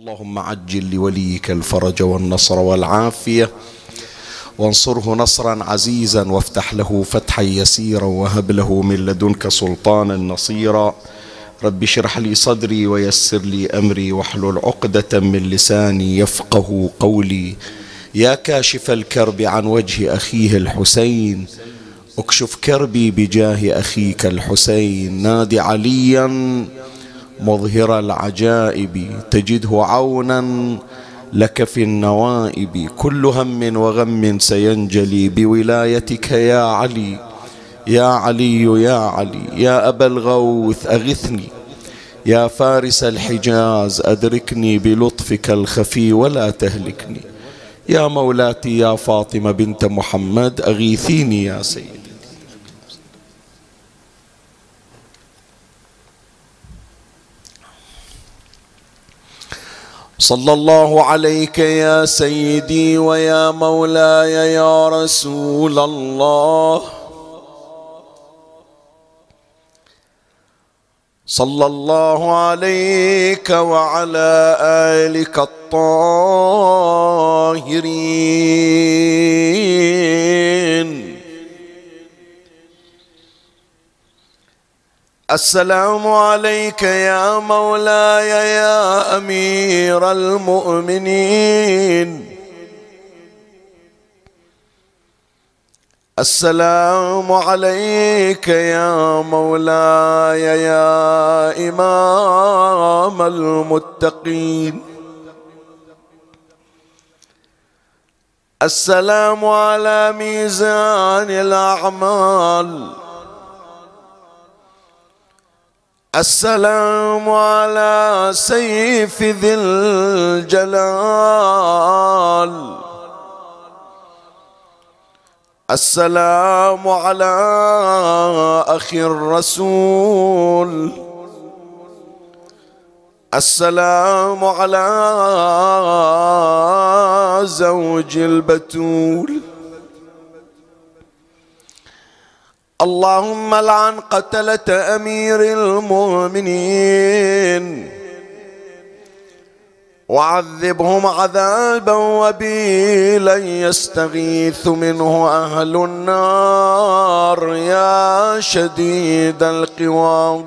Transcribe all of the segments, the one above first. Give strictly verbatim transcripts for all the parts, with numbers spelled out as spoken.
اللهم عجل لوليك الفرج والنصر والعافية، وانصره نصرا عزيزا، وافتح له فتحا يسيرا، وهب له من لدنك سلطانا نصيرا. رب اشرح لي صدري ويسر لي أمري، واحلل عقدة من لساني يفقه قولي. يا كاشف الكرب عن وجه أخيه الحسين، اكشف كربي بجاه أخيك الحسين. نادي عليا مظهر العجائب، تجده عونا لك في النوائب. كل هم وغم سينجلي بولايتك يا علي، يا علي يا علي. يا أبا الغوث أغثني، يا فارس الحجاز أدركني بلطفك الخفي ولا تهلكني. يا مولاتي يا فاطمة بنت محمد أغيثيني يا سيدي. صلى الله عليك يا سيدي ويا مولاي يا رسول الله. صلى الله عليك وعلى آلك الطاهرين. السلام عليك يا مولاي يا أمير المؤمنين. السلام عليك يا مولاي يا إمام المتقين. السلام على ميزان الأعمال. السلام على سيف ذي الجلال. السلام على أخي الرسول. السلام على زوج البتول. اللهم لعن قتلة أمير المؤمنين، وعذبهم عذابا وبيلا يستغيث منه أهل النار يا شديد القوى.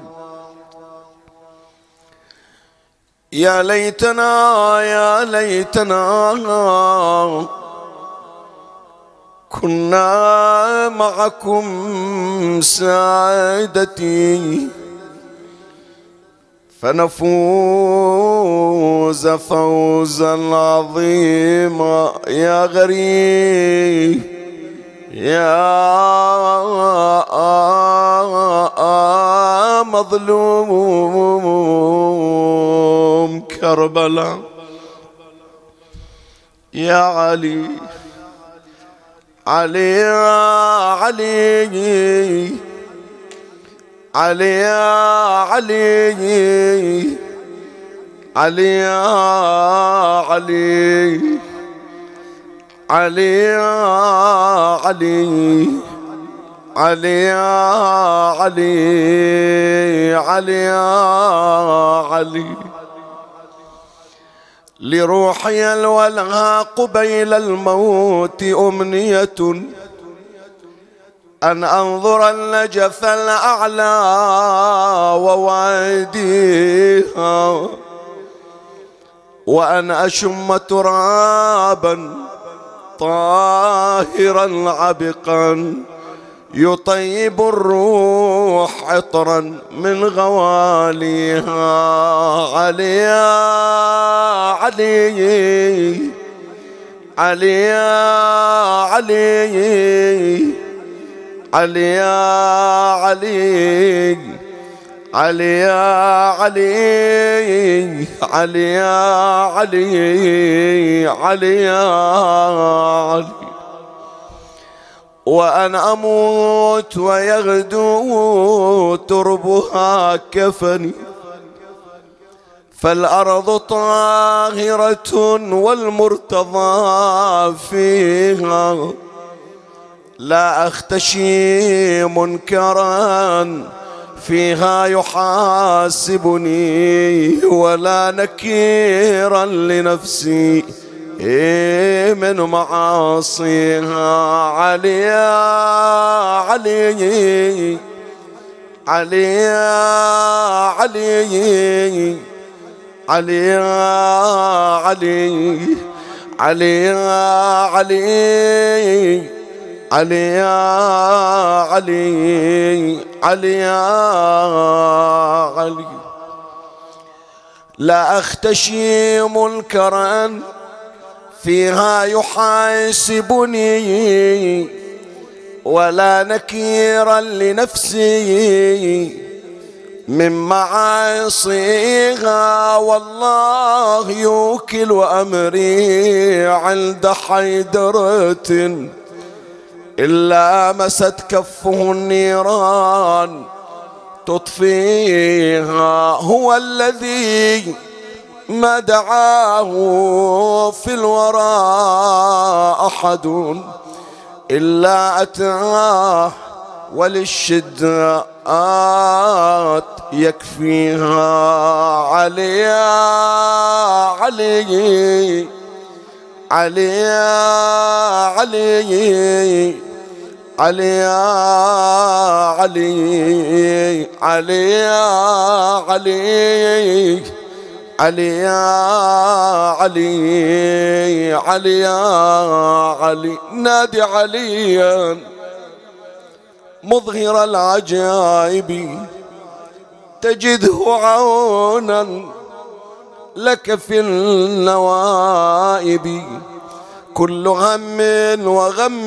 يا ليتنا يا ليتنا كنا معكم سعادتي، فنفوز فوزا عظيما. يا غريب يا مظلوم كربلاء، يا علي علي علي علي علي علي علي علي علي علي علي علي علي. لروحي الولها قبيل الموت أمنية، أن أنظر النجف الأعلى وواديها، وأن أشم ترابا طاهرا عبقا يطيب الروح عطرا من غواليها. علي علي علي علي علي علي علي علي علي علي علي علي. وأنا أموت ويغدو تربها كفني، فالأرض طاهرة والمرتضى فيها. لا أختشي منكرا فيها يحاسبني ولا نكيرا لنفسي من معاصيها. علي يا علي علي يا علي علي يا علي علي يا علي علي يا علي علي يا علي. لا أختشي منكرا فيها يحاسبني ولا نكيرا لنفسي من معاصيها. والله يوكل أمري عند حيدرة إلا مست كفه النيران تطفيها. هو الذي ما دعاه في الورى أحد إلا أتاه وللشدات يكفيها. علي يا علي علي يا علي علي يا علي علي يا علي علي يا علي علي يا علي. نادي عليا مظهر العجائب تجده عونا لك في النوائب. كل هم وغم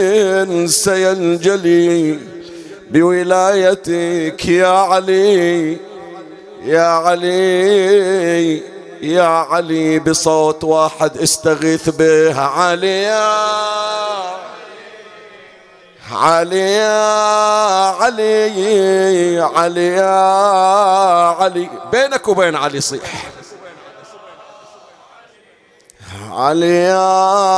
سينجلي بولايتك يا علي يا علي يا علي. بصوت واحد استغيث به. علي يا علي يا علي علي يا علي. بينك وبين علي صيح. علي يا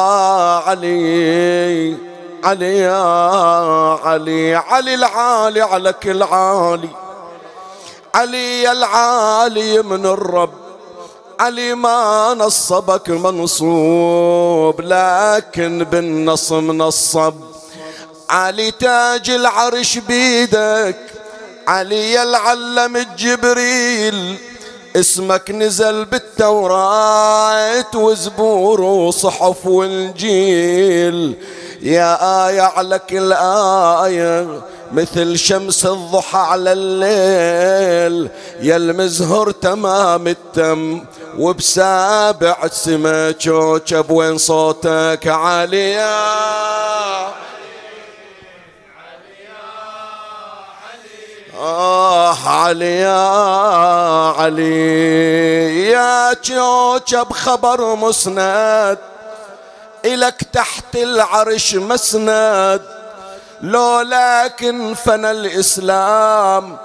علي علي يا علي علي العالي على كل عالي. علي العالي من الرب. علي ما نصبك منصوب لكن بالنصب نصب. علي تاج العرش بيدك. علي العلم الجبريل اسمك نزل بالتوراة وزبور وصحف والجيل. يا آية على كل آية مثل شمس الضحى على الليل. يا المزهر تمام التم وبسابع سما كوكب. وين صوتك علي يا آه علي يا علي. يا كوكب خبر مسند إلك تحت العرش مسند. لو لكن فنى الإسلام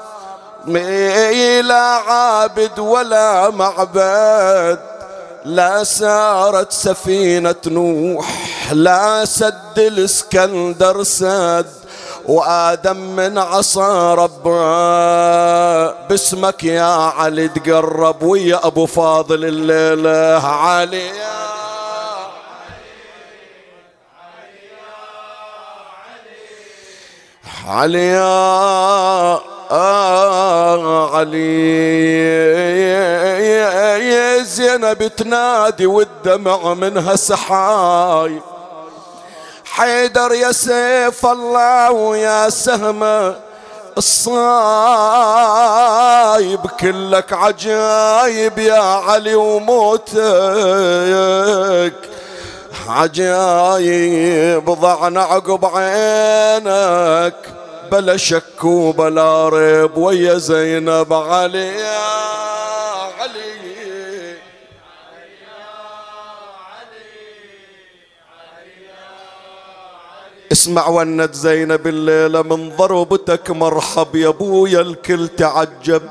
لا عابد ولا معبد. لا سارت سفينة نوح لا سد الاسكندر سد. وآدم من عصا ربه باسمك يا علي تقرب. ويا أبو فاضل الليلة علي يا علي يا علي. يا زينب تنادي والدمع منها سحاي. حيدر يا سيف الله ويا سهم الصايب. كلك عجايب يا علي وموتك عجايب. ضعنا عقب عينك بلا شك وبلا ريب. ويا زينب علي يا علي اسمع ونت زينب الليلة من ضربتك مرحب يا ابويا. الكل تعجب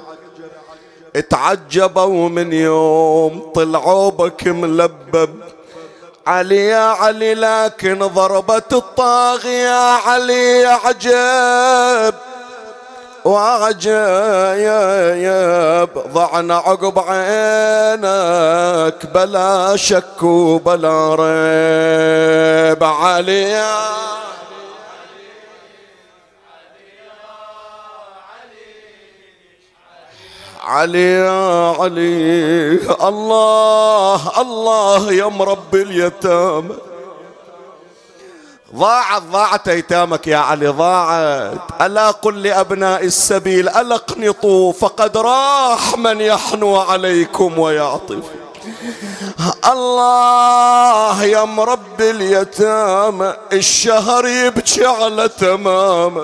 اتعجبوا من يوم طلعوا بك ملبب. علي يا علي لكن ضربة الطاغية علي عجب. وعجايب ضعنا عقب عينك بلا شك وبلا ريب. علي علي يا علي، الله الله يا مربي اليتامى. ضاعت ضاعت ايتامك يا علي ضاعت. الا قل لابناء السبيل الا اقنطوا فقد راح من يحنو عليكم ويعطف. الله يا مربي اليتامى، الشهر يبكي على تمامه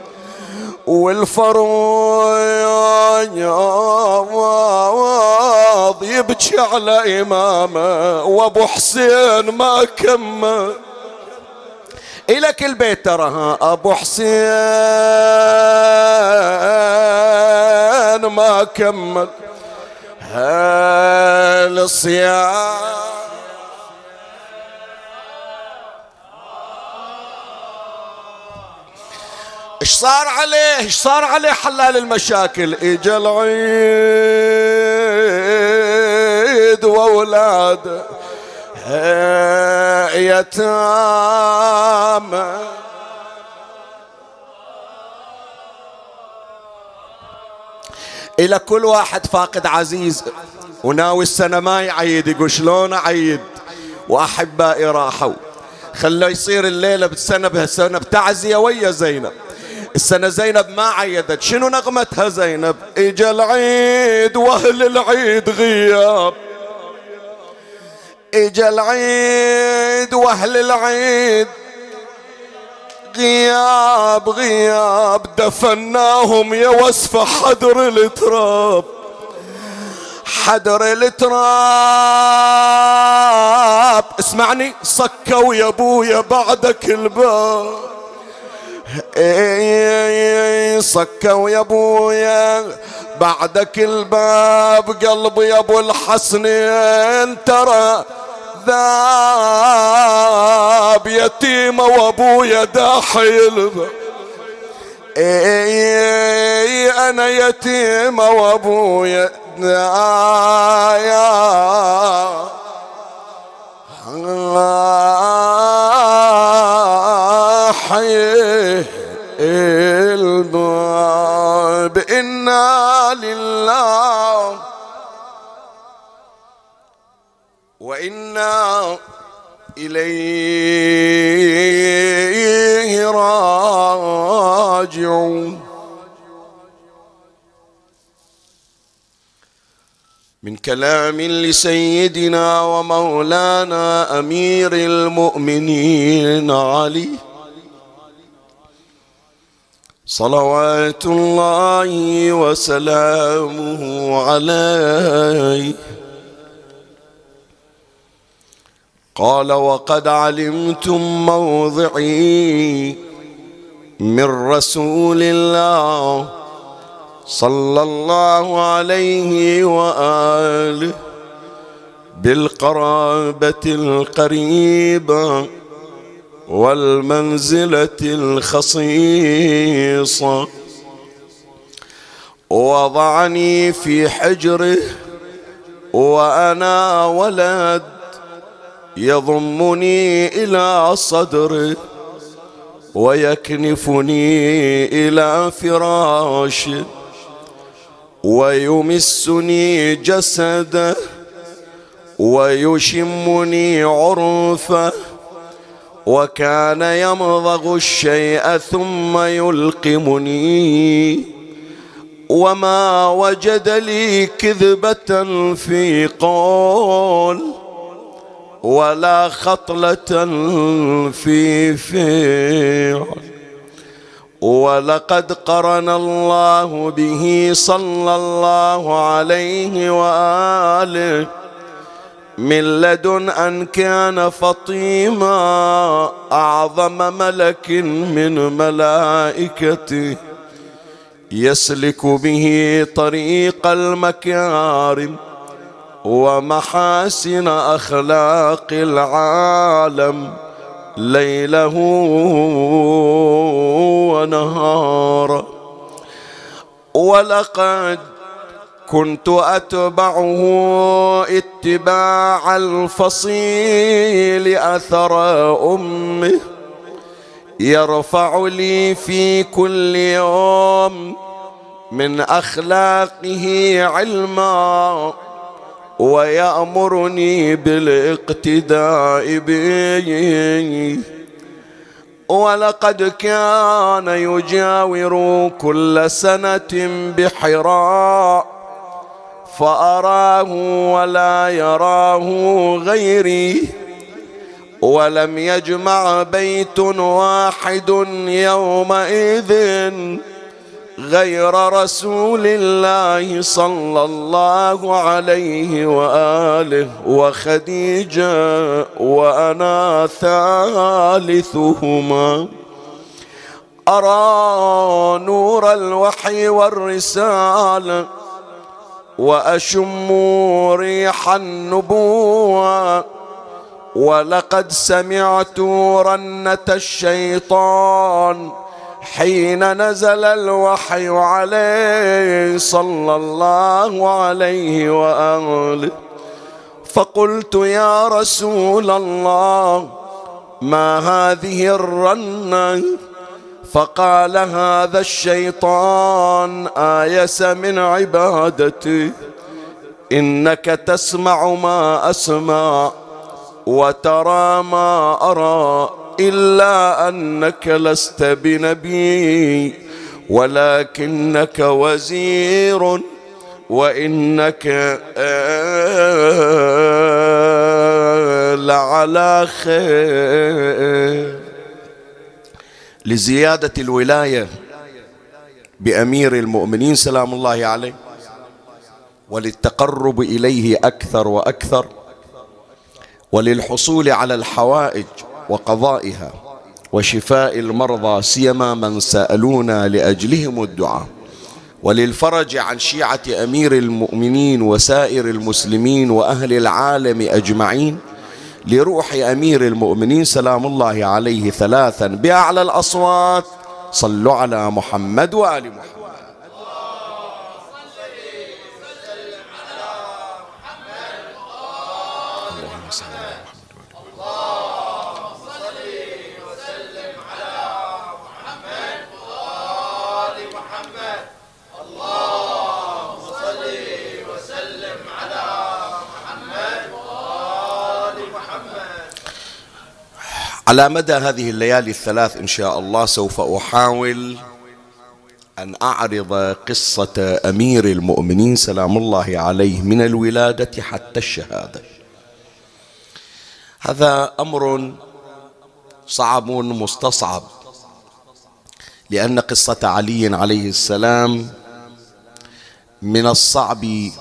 والفروض يبكي على إمامه، وابو حسين ما كمل. إلك البيت ترى ابو حسين ما كمل هالصيام. ايش صار عليه ايش صار عليه حلال المشاكل. اجا العيد واولاده يتامى، الى كل واحد فاقد عزيز وناوي السنه ما يعيد يقول شلون اعيد واحبائي راحوا. خلوا يصير الليله بالسنه بهالسنه بتعزيه ويا زينب. السنة زينب ما عيدت، شنو نغمتها زينب؟ اجا العيد واهل العيد غياب، اجا العيد واهل العيد غياب غياب، دفناهم يا وصفة حدر التراب حدر التراب. اسمعني، صكوا يا ابويا بعدك الباب، صكوا يا ابويا بعدك الباب، قلبي يا ابو الحسنين ترى ذاب، يتيمه وابويا داحي الباب. انا يتيمه وابويا دايا حي الباب. إنا لله وإنا إليه راجعون. من كلام لسيدنا ومولانا أمير المؤمنين علي صلوات الله وسلامه عليه، قال: وقد علمتم موضعي من رسول الله صلى الله عليه وآله بالقرابة القريبة والمنزلة الخصيصة، وضعني في حجره وأنا ولد يضمني إلى صدره ويكنفني إلى فراشه ويمسني جسده ويشمني عرفه، وكان يمضغ الشيء ثم يلقمني، وما وجد لي كذبة في قول ولا خطلة في فعل، ولقد قرن الله به صلى الله عليه وآله من لدن أن كان فطيما أعظم ملك من ملائكته يسلك به طريق المكارم ومحاسن أخلاق العالم ليله ونهاره. ولقد كنت أتبعه اتباع الفصيل أثر أمه، يرفع لي في كل يوم من أخلاقه علما، ويأمرني بالاقتداء به. ولقد كان يجاور كل سنة بحراء، فأراه ولا يراه غيري، ولم يجمع بيت واحد يومئذ غير رسول الله صلى الله عليه وآله وخديجة، وأنا ثالثهما. أرى نور الوحي والرسالة، وأشم ريح النبوة، ولقد سمعت رنة الشيطان حين نزل الوحي عليه صلى الله عليه وآله، فقلت يا رسول الله ما هذه الرنة؟ فقال هذا الشيطان آيس من عبادتي، إنك تسمع ما أسمع وترى ما أرى، إلا أنك لست بنبي ولكنك وزير، وإنك لعلى خير. لزيادة الولاية بأمير المؤمنين سلام الله عليه، وللتقرب إليه أكثر وأكثر، وللحصول على الحوائج وقضائها وشفاء المرضى سيما من سألونا لأجلهم الدعاء، وللفرج عن شيعة أمير المؤمنين وسائر المسلمين وأهل العالم أجمعين، لروح أمير المؤمنين سلام الله عليه ثلاثا بأعلى الأصوات: صلوا على محمد وآل محمد. على مدى هذه الليالي الثلاث إن شاء الله سوف أحاول أن أعرض قصة أمير المؤمنين سلام الله عليه من الولادة حتى الشهادة. هذا أمر صعب مستصعب، لأن قصة علي عليه السلام من الصعب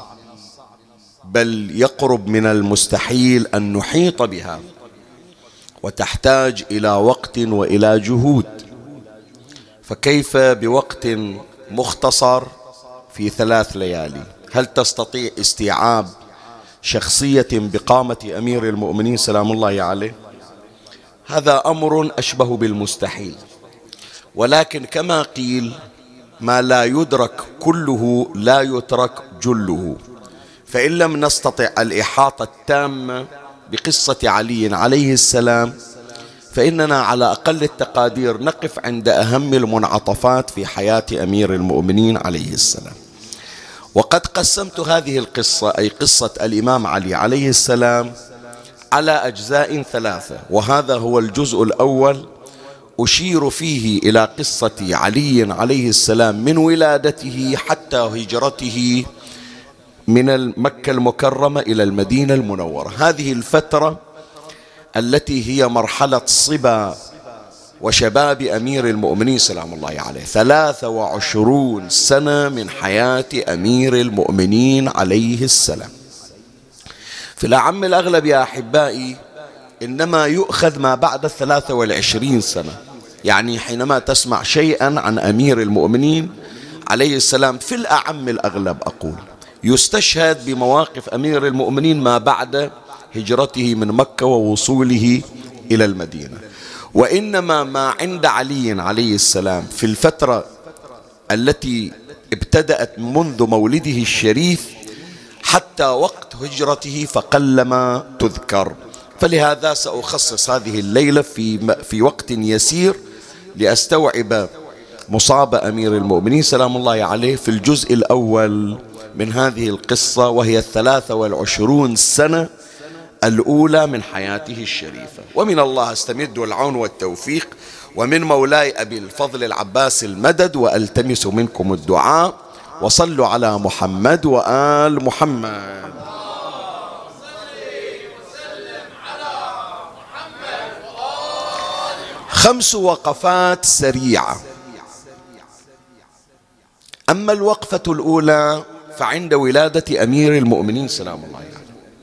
بل يقرب من المستحيل أن نحيط بها، وتحتاج إلى وقت وإلى جهود، فكيف بوقت مختصر في ثلاث ليالي؟ هل تستطيع استيعاب شخصية بقامة أمير المؤمنين سلام الله عليه؟ هذا أمر أشبه بالمستحيل، ولكن كما قيل ما لا يدرك كله لا يترك جله، فإن لم نستطع الإحاطة التامة بقصة علي عليه السلام فإننا على أقل التقادير نقف عند أهم المنعطفات في حياة أمير المؤمنين عليه السلام. وقد قسمت هذه القصة، أي قصة الإمام علي عليه السلام، على أجزاء ثلاثة، وهذا هو الجزء الأول أشير فيه إلى قصة علي عليه السلام من ولادته حتى هجرته من مكة المكرمة إلى المدينة المنورة. هذه الفترة التي هي مرحلة صبا وشباب أمير المؤمنين سلام الله عليه، ثلاثة وعشرون سنة من حياة أمير المؤمنين عليه السلام. في الأعم الأغلب يا أحبائي إنما يؤخذ ما بعد الثلاثة والعشرين سنة، يعني حينما تسمع شيئا عن أمير المؤمنين عليه السلام في الأعم الأغلب أقول يستشهد بمواقف أمير المؤمنين ما بعد هجرته من مكة ووصوله إلى المدينة، وإنما ما عند علي عليه السلام في الفترة التي ابتدأت منذ مولده الشريف حتى وقت هجرته فقلما تذكر. فلهذا سأخصص هذه الليلة في في وقت يسير لأستوعب مصاب أمير المؤمنين سلام الله عليه في الجزء الأول من هذه القصة، وهي الثلاثة والعشرون سنة الأولى من حياته الشريفة. ومن الله استمد العون والتوفيق، ومن مولاي أبي الفضل العباس المدد، وألتمس منكم الدعاء. وصلوا على محمد وآل محمد. خمس وقفات سريعة. أما الوقفة الأولى فعند ولادة أمير المؤمنين سلام الله عليه.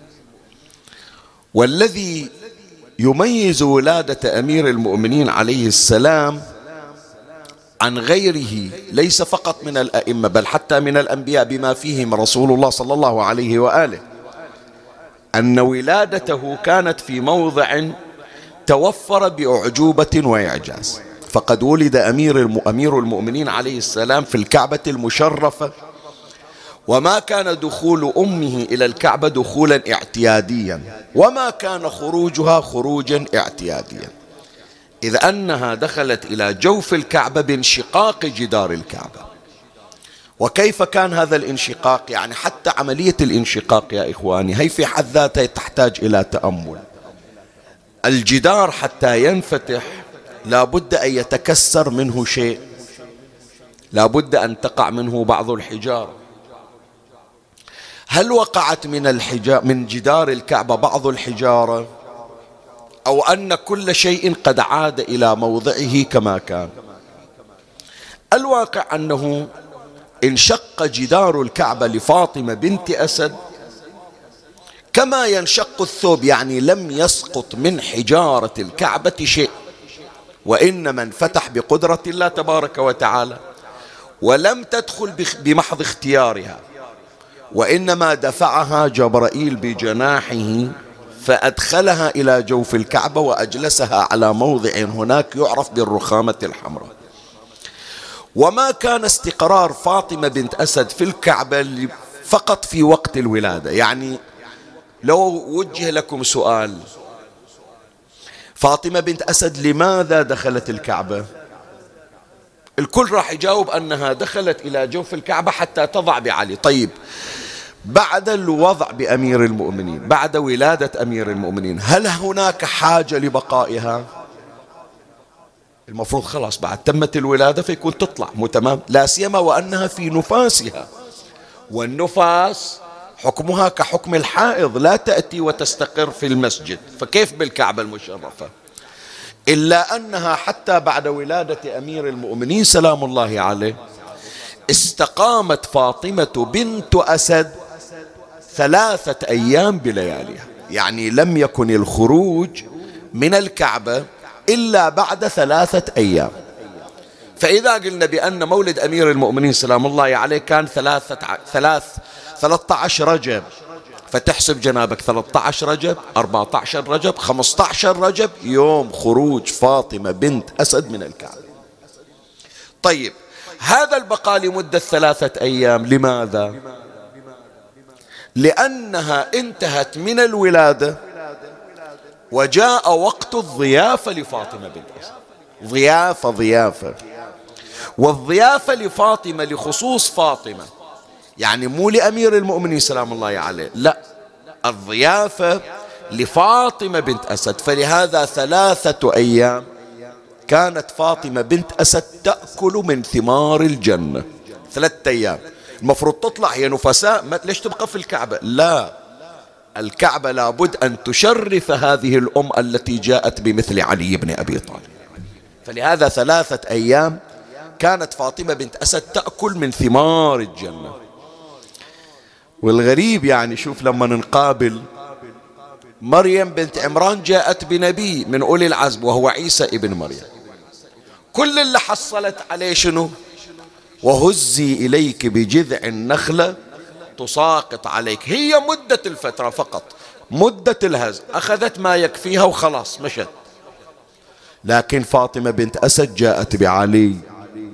والذي يميز ولادة أمير المؤمنين عليه السلام عن غيره ليس فقط من الأئمة بل حتى من الأنبياء بما فيهم رسول الله صلى الله عليه وآله، أن ولادته كانت في موضع توفر بأعجوبة وإعجاز. فقد ولد أمير أمير المؤمنين عليه السلام في الكعبة المشرفة، وما كان دخول أمه إلى الكعبة دخولا اعتياديا، وما كان خروجها خروجا اعتياديا، إذ أنها دخلت إلى جوف الكعبة بانشقاق جدار الكعبة. وكيف كان هذا الانشقاق؟ يعني حتى عملية الانشقاق يا إخواني هي في حد ذاتها تحتاج إلى تأمل. الجدار حتى ينفتح لابد أن يتكسر منه شيء، لابد أن تقع منه بعض الحجارة. هل وقعت من الحجار من جدار الكعبة بعض الحجارة، أو أن كل شيء قد عاد إلى موضعه كما كان؟ الواقع أنه انشق جدار الكعبة لفاطمة بنت أسد كما ينشق الثوب، يعني لم يسقط من حجارة الكعبة شيء، وإنما انفتح بقدرة الله تبارك وتعالى، ولم تدخل بمحض اختيارها، وإنما دفعها جبرائيل بجناحه فأدخلها إلى جوف الكعبة وأجلسها على موضع هناك يعرف بالرخامة الحمراء. وما كان استقرار فاطمة بنت أسد في الكعبة فقط في وقت الولادة. يعني لو وجه لكم سؤال، فاطمة بنت أسد لماذا دخلت الكعبة؟ الكل راح يجاوب أنها دخلت إلى جوف الكعبة حتى تضع بعلي. طيب بعد الوضع بأمير المؤمنين، بعد ولادة أمير المؤمنين، هل هناك حاجة لبقائها؟ المفروض خلاص بعد تمت الولادة فيكون تطلع مو تمام، لا سيما وأنها في نفاسها، والنفاس حكمها كحكم الحائض لا تأتي وتستقر في المسجد، فكيف بالكعبة المشرفة؟ إلا أنها حتى بعد ولادة أمير المؤمنين سلام الله عليه استقامت فاطمة بنت أسد ثلاثة أيام بلياليها، يعني لم يكن الخروج من الكعبة إلا بعد ثلاثة أيام. فإذا قلنا بأن مولد أمير المؤمنين سلام الله عليه كان ثلاثة ثلاث ثلاثة عشر رجب، فتحسب جنابك ثلاثة عشر رجب، أربعة عشر رجب، خمسة عشر رجب، يوم خروج فاطمة بنت أسد من الكعبة. طيب هذا البقاء لمدة ثلاثة أيام لماذا؟ لأنها انتهت من الولادة وجاء وقت الضيافة لفاطمة بنت أسد. ضيافة ضيافة والضيافة لفاطمة لخصوص فاطمة، يعني مو لأمير المؤمنين سلام الله عليه، لا، الضيافة لفاطمة بنت أسد. فلهذا ثلاثة أيام كانت فاطمة بنت أسد تأكل من ثمار الجنة. ثلاثة أيام المفروض تطلع هي نفساء، ليش تبقى في الكعبة؟ لا، الكعبة لابد أن تشرف هذه الأم التي جاءت بمثل علي بن أبي طالب. فلهذا ثلاثة أيام كانت فاطمة بنت أسد تأكل من ثمار الجنة. والغريب يعني شوف لما نقابل مريم بنت عمران جاءت بنبي من أولي العزم وهو عيسى ابن مريم، كل اللي حصلت عليه شنو؟ وهزي إليك بجذع النخلة تساقط عليك. هي مدة الفترة فقط، مدة الهز، أخذت ما يكفيها وخلاص مشت. لكن فاطمة بنت أسد جاءت بعلي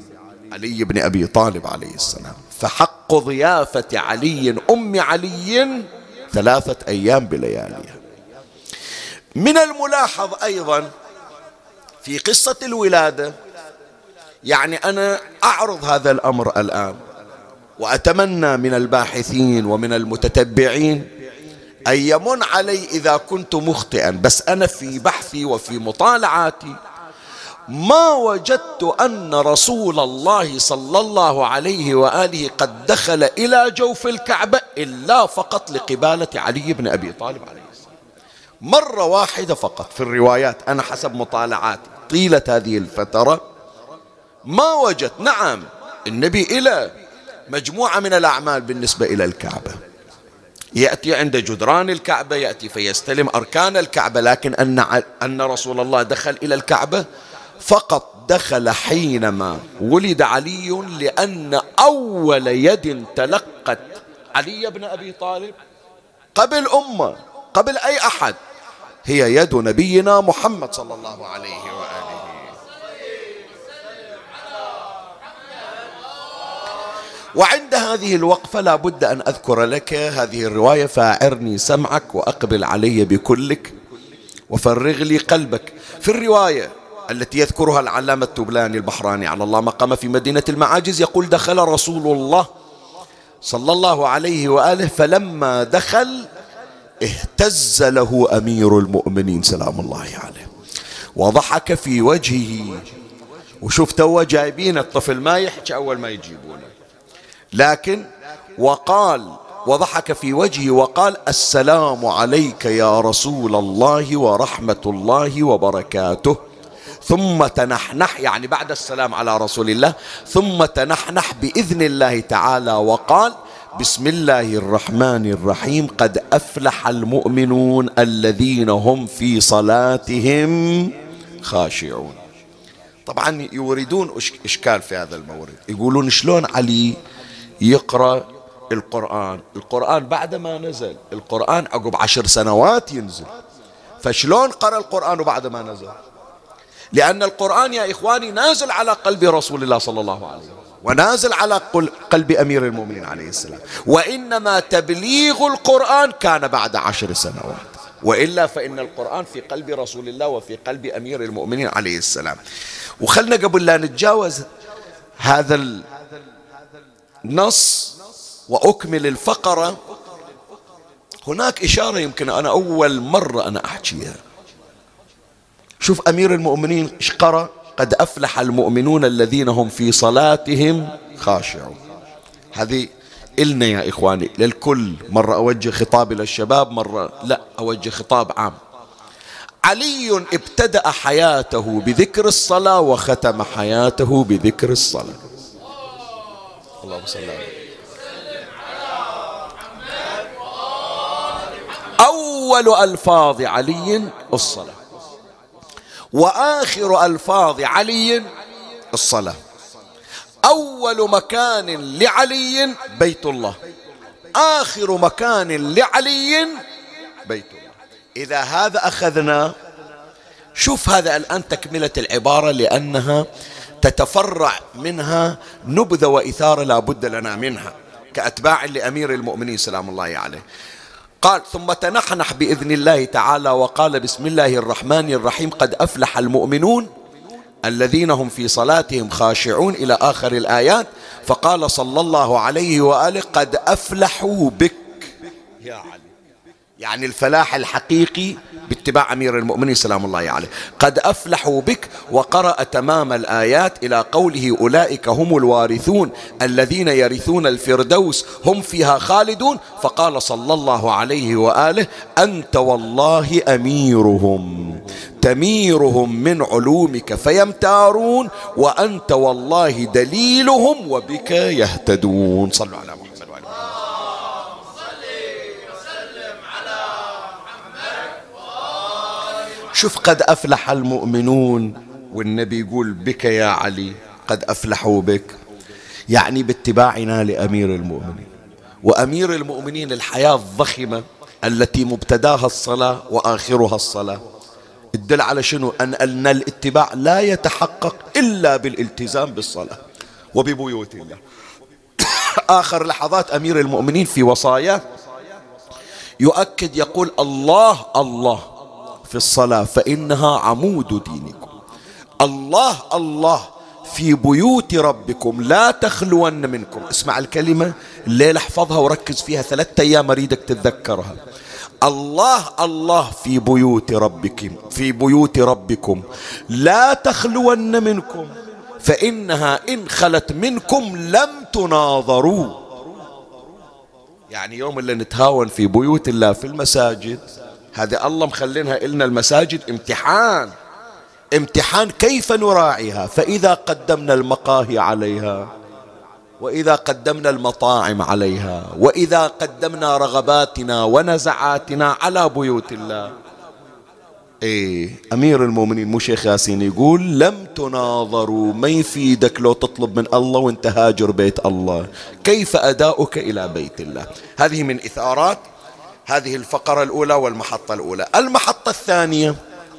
علي بن أبي طالب عليه السلام. فحق ضيافة علي أم علي ثلاثة أيام بلياليها. من الملاحظ أيضا في قصة الولادة، يعني أنا أعرض هذا الأمر الآن، وأتمنى من الباحثين ومن المتتبعين أن يمن علي إذا كنت مخطئا، بس أنا في بحثي وفي مطالعاتي ما وجدت أن رسول الله صلى الله عليه وآله قد دخل إلى جوف الكعبة إلا فقط لقبالة علي بن أبي طالب عليه السلام، مرة واحدة فقط في الروايات. أنا حسب مطالعاتي طيلة هذه الفترة ما وجدت. نعم النبي إلى مجموعة من الأعمال بالنسبة إلى الكعبة، يأتي عند جدران الكعبة، يأتي فيستلم أركان الكعبة، لكن أن أن رسول الله دخل إلى الكعبة فقط دخل حينما ولد علي، لأن أول يد تلقت علي بن أبي طالب قبل أمة قبل أي أحد هي يد نبينا محمد صلى الله عليه وآله. وعند هذه الوقفة لا بد أن أذكر لك هذه الرواية: فاعرني سمعك وأقبل علي بكلك وفرغ لي قلبك. في الرواية التي يذكرها العلامة التبلاني البحراني على الله مقام في مدينة المعاجز، يقول: دخل رسول الله صلى الله عليه وآله فلما دخل اهتز له أمير المؤمنين سلام الله عليه وضحك في وجهه. وشوف تو جايبين الطفل ما يحكي أول ما يجيبونه، لكن وقال وضحك في وجهه وقال: السلام عليك يا رسول الله ورحمة الله وبركاته. ثم تنحنح، يعني بعد السلام على رسول الله، ثم تنحنح بإذن الله تعالى وقال: بسم الله الرحمن الرحيم، قد أفلح المؤمنون الذين هم في صلاتهم خاشعون. طبعا يوردون إشكال في هذا المورد، يقولون شلون علي يقرأ القرآن؟ القرآن بعد ما نزل، القرآن عقب عشر سنوات ينزل، فشلون قرأ القرآن بعد ما نزل؟ لأن القرآن يا إخواني نازل على قلب رسول الله صلى الله عليه وسلم، ونازل على قلب أمير المؤمنين عليه السلام، وإنما تبليغ القرآن كان بعد عشر سنوات، وإلا فإن القرآن في قلب رسول الله وفي قلب أمير المؤمنين عليه السلام. وخلنا قبل لا نتجاوز هذا النص وأكمل الفقرة، هناك إشارة يمكن أنا أول مرة أنا أحكيها. شوف أمير المؤمنين إيش قرأ: قد أفلح المؤمنون الذين هم في صلاتهم خاشعون. هذه إلنا يا إخواني للكل، مرة أوجه خطاب إلى الشباب، مرة لا أوجه خطاب عام. علي ابتدأ حياته بذكر الصلاة وختم حياته بذكر الصلاة. اللهم صل على أول ألفاظ علي الصلاة، وآخر ألفاظ علي الصلاة. أول مكان لعلي بيت الله، آخر مكان لعلي بيت الله. إذا هذا أخذنا، شوف هذا الآن تكملة العبارة لأنها تتفرع منها نبذة وإثارة لا بد لنا منها كأتباع لأمير المؤمنين سلام الله عليه. قال: ثم تنحنح بإذن الله تعالى وقال: بسم الله الرحمن الرحيم، قد أفلح المؤمنون الذين هم في صلاتهم خاشعون، إلى آخر الآيات. فقال صلى الله عليه وآله: قد أفلحوا بك يا علي، يعني الفلاح الحقيقي باتباع أمير المؤمنين سلام الله عليه. قد أفلحوا بك، وقرأ تمام الآيات إلى قوله: أولئك هم الوارثون الذين يرثون الفردوس هم فيها خالدون. فقال صلى الله عليه وآله: أنت والله أميرهم تميرهم من علومك فيمتارون، وأنت والله دليلهم وبك يهتدون. صلوا على محمد. شوف قد أفلح المؤمنون، والنبي يقول بك يا علي قد أفلحوا بك، يعني باتباعنا لأمير المؤمنين. وأمير المؤمنين الحياة الضخمة التي مبتداها الصلاة وآخرها الصلاة، الدل على شنو؟ أن, أن الاتباع لا يتحقق إلا بالالتزام بالصلاة. وببيوت الله. آخر لحظات أمير المؤمنين في وصاياه يؤكد يقول الله الله في الصلاة فإنها عمود دينكم. الله الله في بيوت ربكم لا تخلون منكم. اسمع الكلمة الليلة احفظها وركز فيها ثلاثة أيام أريدك تتذكرها. الله الله في بيوت ربكم في بيوت ربكم لا تخلون منكم فإنها إن خلت منكم لم تناظروا. يعني يوم اللي نتهاون في بيوت الله في المساجد، هذه الله مخلينها إلنا المساجد امتحان امتحان كيف نراعيها. فإذا قدمنا المقاهي عليها، وإذا قدمنا المطاعم عليها، وإذا قدمنا رغباتنا ونزعاتنا على بيوت الله، إيه أمير المؤمنين مو شيخ ياسين يقول لم تناظروا. ما يفيدك لو تطلب من الله وانت هاجر بيت الله، كيف أداؤك إلى بيت الله. هذه من إثارات هذه الفقرة الأولى والمحطة الأولى. المحطة الثانية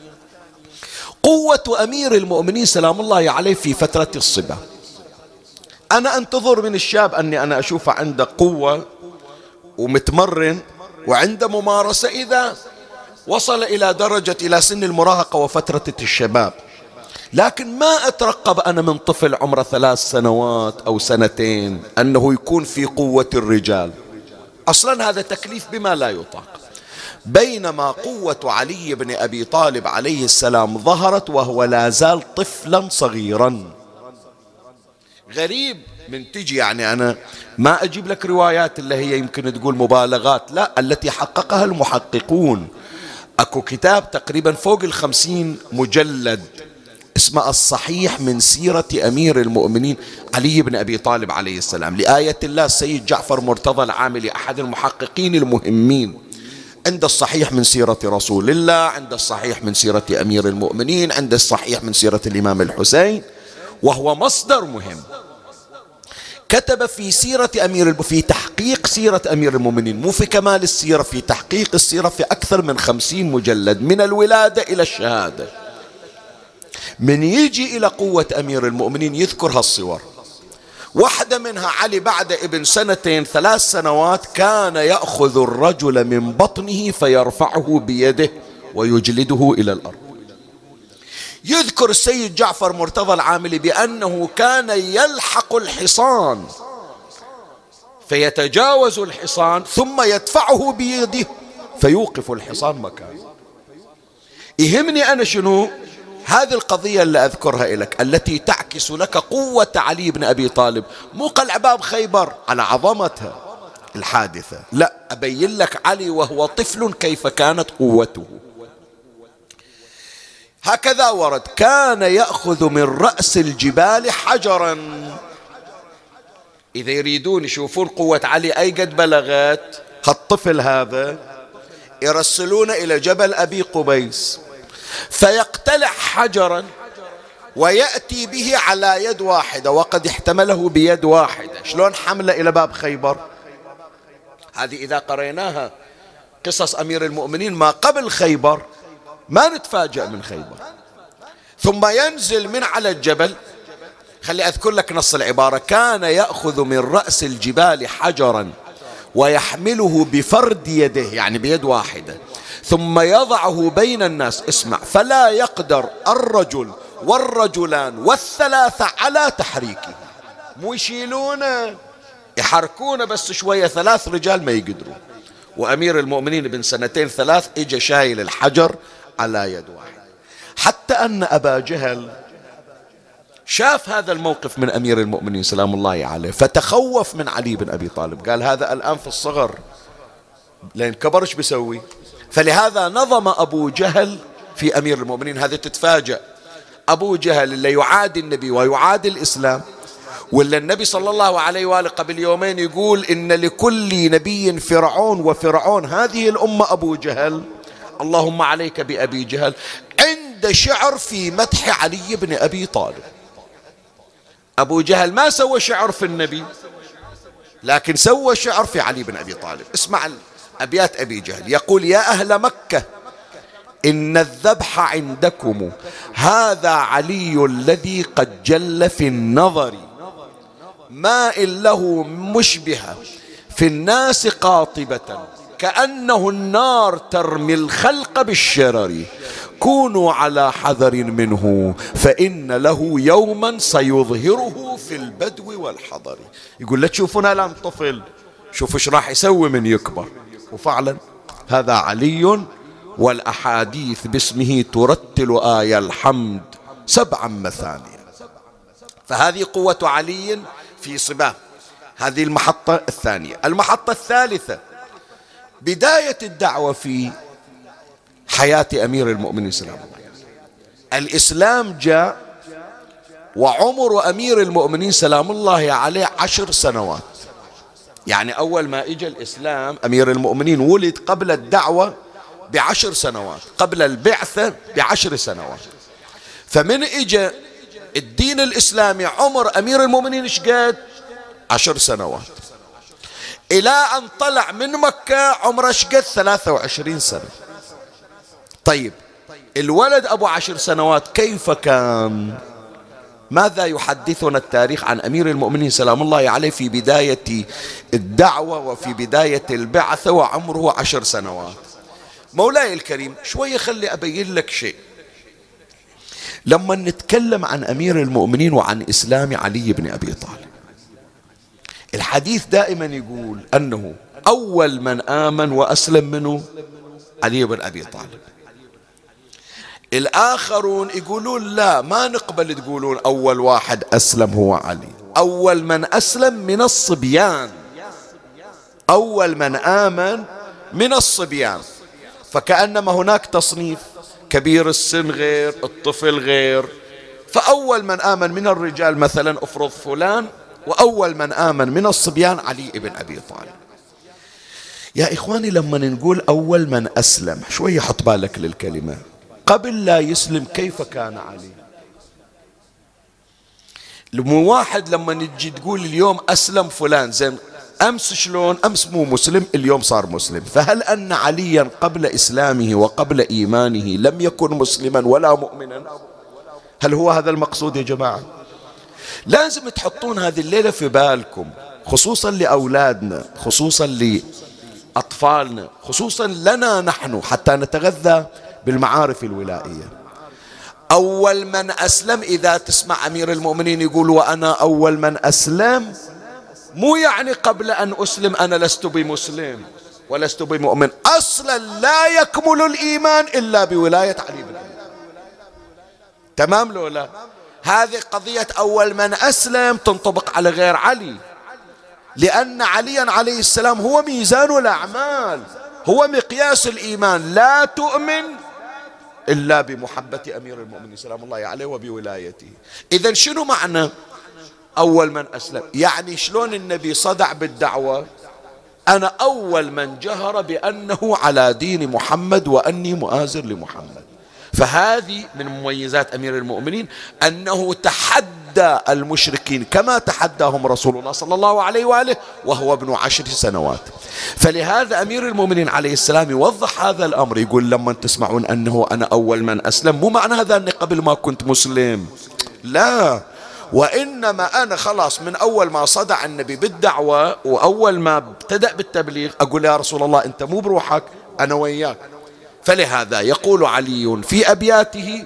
قوة أمير المؤمنين سلام الله عليه في فترة الصبا. أنا أنتظر من الشاب أني أنا أشوف عنده قوة ومتمرن وعنده ممارسة إذا وصل إلى درجة إلى سن المراهقة وفترة الشباب، لكن ما أترقب أنا من طفل عمره ثلاث سنوات أو سنتين أنه يكون في قوة الرجال. أصلا هذا تكليف بما لا يطاق. بينما قوة علي بن أبي طالب عليه السلام ظهرت وهو لا زال طفلا صغيرا. غريب من تجي يعني أنا ما أجيب لك روايات اللي هي يمكن تقول مبالغات، لا، التي حققها المحققون. أكو كتاب تقريبا فوق الخمسين مجلد اسمه الصحيح من سيرة أمير المؤمنين علي بن أبي طالب عليه السلام لآية الله السيد جعفر مرتضى العاملي أحد المحققين المهمين. عند الصحيح من سيرة رسول الله، عند الصحيح من سيرة أمير المؤمنين، عند الصحيح من سيرة الإمام الحسين، وهو مصدر مهم. كتب في سيرة أمير في تحقيق سيرة أمير المؤمنين، مو في كمال السيرة، في تحقيق السيرة، في أكثر من خمسين مجلد من الولادة إلى الشهادة. من يجي إلى قوة أمير المؤمنين يذكر هالصور. واحدة منها علي بعد ابن سنتين ثلاث سنوات كان يأخذ الرجل من بطنه فيرفعه بيده ويجلده إلى الأرض. يذكر السيد جعفر مرتضى العاملي بأنه كان يلحق الحصان فيتجاوز الحصان ثم يدفعه بيده فيوقف الحصان مكانه. يهمني أنا شنو هذه القضية اللي أذكرها لك التي تعكس لك قوة علي بن أبي طالب، مو قلع باب خيبر على عظمتها الحادثة، لا، أبين لك علي وهو طفل كيف كانت قوته. هكذا ورد كان يأخذ من رأس الجبال حجرا. إذا يريدون يشوفون قوة علي أي قد بلغت، هالطفل هذا يرسلون إلى جبل أبي قبيس فيقتلع حجرا ويأتي به على يد واحدة وقد احتمله بيد واحدة. شلون حمله إلى باب خيبر؟ هذه إذا قريناها قصص أمير المؤمنين ما قبل خيبر ما نتفاجأ من خيبر. ثم ينزل من على الجبل. خلي أذكر لك نص العبارة: كان يأخذ من رأس الجبال حجرا ويحمله بفرد يده، يعني بيد واحدة، ثم يضعه بين الناس. اسمع: فلا يقدر الرجل والرجلان والثلاثة على تحريكه. مو يشيلونه يحركونه بس شوية، ثلاث رجال ما يقدرون. وأمير المؤمنين ابن سنتين ثلاث إجا شايل الحجر على يد واحد. حتى أن أبا جهل شاف هذا الموقف من أمير المؤمنين سلام الله عليه فتخوف من علي بن أبي طالب، قال هذا الآن في الصغر لين كبر ايش بيسوي؟ فلهذا نظم أبو جهل في أمير المؤمنين. هذا تتفاجأ، أبو جهل اللي يعادي النبي ويعادي الإسلام، ولا النبي صلى الله عليه وآله قبل يومين يقول إن لكل نبي فرعون وفرعون هذه الأمة أبو جهل، اللهم عليك بأبي جهل، عند شعر في مدح علي بن أبي طالب. أبو جهل ما سوى شعر في النبي لكن سوى شعر في علي بن أبي طالب. اسمع أبيات أبي جهل، يقول: يا أهل مكة إن الذبح عندكم هذا علي الذي قد جل في النظر، ماء له مشبهة في الناس قاطبة كأنه النار ترمي الخلق بالشرر، كونوا على حذر منه فإن له يوما سيظهره في البدو والحضر. يقول لا تشوفون الآن طفل، شوفوا ايش راح يسوي من يكبر. وفعلا هذا علي، والأحاديث باسمه ترتل آية الحمد سبعا مثانية. فهذه قوة علي في صباه. هذه المحطة الثانية. المحطة الثالثة بداية الدعوة في حياة أمير المؤمنين سلام الله عليه. الإسلام جاء وعمر أمير المؤمنين سلام الله عليه عشر سنوات. يعني أول ما إجا الإسلام أمير المؤمنين ولد قبل الدعوة بعشر سنوات، قبل البعثة بعشر سنوات. فمن إجا الدين الإسلامي عمر أمير المؤمنين إيش قد؟ عشر سنوات، إلى أن طلع من مكة عمره إيش قد؟ ثلاثة وعشرين سنة. طيب الولد أبو عشر سنوات كيف كان؟ ماذا يحدثنا التاريخ عن أمير المؤمنين سلام الله عليه في بداية الدعوة وفي بداية البعثة وعمره عشر سنوات؟ مولاي الكريم شوية خلي أبين لك شيء. لما نتكلم عن أمير المؤمنين وعن إسلام علي بن أبي طالب، الحديث دائما يقول أنه أول من آمن وأسلم منه علي بن أبي طالب. الآخرون يقولون لا، ما نقبل تقولون أول واحد أسلم هو علي. أول من أسلم من الصبيان، أول من آمن من الصبيان. فكأنما هناك تصنيف، كبير السن غير، الطفل غير. فأول من آمن من الرجال مثلا أفرض فلان، وأول من آمن من الصبيان علي بن أبي طالب. يا إخواني لما نقول أول من أسلم، شوية حط بالك للكلمة. قبل لا يسلم كيف كان علي؟ مو واحد لما نجي تقول اليوم أسلم فلان زين، أمس شلون؟ أمس مو مسلم، اليوم صار مسلم. فهل أن عليا قبل إسلامه وقبل إيمانه لم يكن مسلما ولا مؤمنا؟ هل هو هذا المقصود يا جماعة؟ لازم تحطون هذه الليلة في بالكم، خصوصا لأولادنا، خصوصا لأطفالنا، خصوصا لنا نحن، حتى نتغذى بالمعارف الولائية. أول من أسلم، إذا تسمع أمير المؤمنين يقول وأنا أول من أسلم، مو يعني قبل أن أسلم أنا لست بمسلم ولست بمؤمن. أصلا لا يكمل الإيمان إلا بولاية علي بن أبي طالب. تمام لو لا؟ هذه قضية أول من أسلم تنطبق على غير علي، لأن عليا عليه السلام هو ميزان الأعمال، هو مقياس الإيمان. لا تؤمن إلا بمحبة أمير المؤمنين سلام الله عليه وبولايته. إذن شنو معنى أول من أسلم؟ يعني شلون النبي صدع بالدعوة، أنا أول من جهر بأنه على دين محمد وأني مؤازر لمحمد. فهذه من مميزات أمير المؤمنين أنه تحدى المشركين كما تحداهم رسول الله صلى الله عليه وآله وهو ابن عشر سنوات. فلهذا أمير المؤمنين عليه السلام يوضح هذا الأمر، يقول لما تسمعون أنه أنا أول من أسلم، مو معنى هذا أني قبل ما كنت مسلم، لا، وإنما أنا خلاص من أول ما صدع النبي بالدعوة وأول ما ابتدأ بالتبليغ أقول يا رسول الله أنت مو بروحك، أنا وياك. فلهذا يقول علي في أبياته: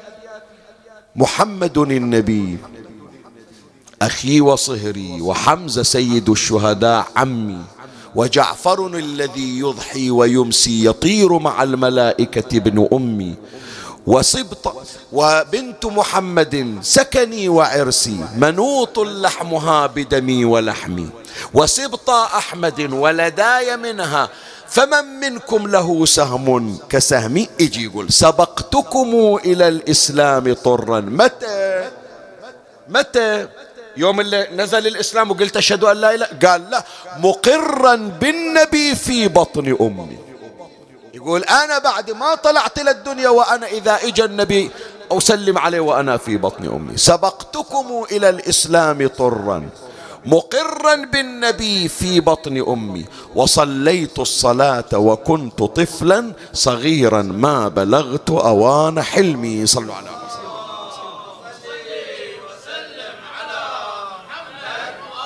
محمد النبي أخي وصهري، وحمزة سيد الشهداء عمي، وجعفر الذي يضحي ويمسي يطير مع الملائكة ابن أمي، وصبط وبنت محمد سكني وعرسي، منوط لحمها بدمي ولحمي، وسبط أحمد ولداي منها، فمن منكم له سهم كسهمي. يجي يقول سبقتكم إلى الإسلام طرا. متى؟ متى؟ يوم اللي نزل الإسلام وقلت أشهد أن لا إله، قال لا، مقرا بالنبي في بطن أمي. يقول أنا بعد ما طلعت للدنيا وأنا إذا إجا النبي أسلم عليه وأنا في بطن أمي. سبقتكم إلى الإسلام طرا مقرا بالنبي في بطن أمي، وصليت الصلاة وكنت طفلا صغيرا ما بلغت أوان حلمي. صلوا على محمد.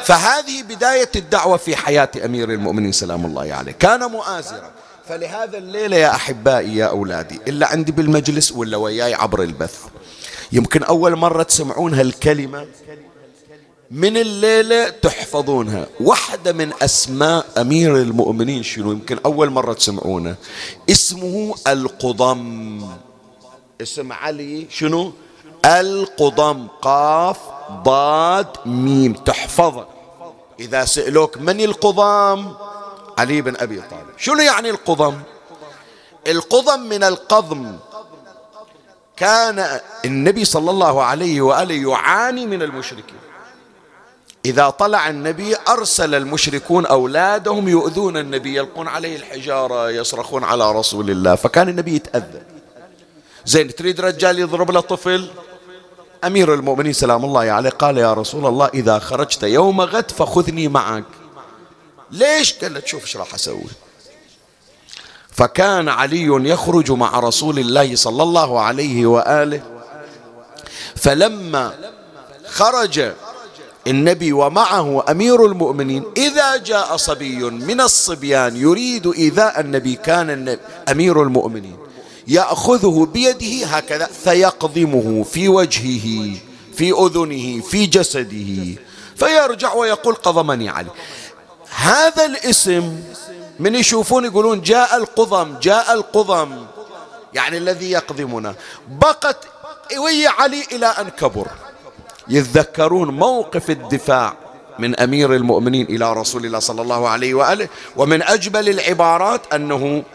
فهذه بداية الدعوة في حياة أمير المؤمنين سلام الله عليه، كان مؤازرا. فلهذا الليلة يا أحبائي يا أولادي، إلا عندي بالمجلس ولا وياي عبر البث، يمكن أول مرة تسمعون هالكلمة، من الليلة تحفظونها. واحدة من أسماء أمير المؤمنين شنو؟ يمكن أول مرة تسمعونه، اسمه القضم. اسم علي شنو؟ القضم، قاف ضاد ميم، تحفظه. إذا سألوك من القضم؟ علي بن أبي طالب. شنو يعني القضم؟ القضم من القضم. كان النبي صلى الله عليه وآله يعاني من المشركين، إذا طلع النبي أرسل المشركون أولادهم يؤذون النبي، يلقون عليه الحجارة، يصرخون على رسول الله، فكان النبي يتأذى. زين، تريد رجال يضرب له طفل؟ أمير المؤمنين سلام الله عليه قال يا رسول الله إذا خرجت يوم غد فخذني معك. ليش؟ قال له شوف ايش راح أسوي. فكان علي يخرج مع رسول الله صلى الله عليه وآله، فلما خرج النبي ومعه أمير المؤمنين إذا جاء صبي من الصبيان يريد إيذاء النبي، كان النبي أمير المؤمنين يأخذه بيده هكذا فيقضمه في وجهه، في أذنه، في جسده، فيرجع ويقول قضمني علي. هذا الاسم من يشوفون يقولون جاء القضم، جاء القضم، يعني الذي يقضمنا. بقت ويا علي إلى أن كبر. يتذكرون موقف الدفاع من أمير المؤمنين إلى رسول الله صلى الله عليه وآله، ومن أجمل العبارات أنه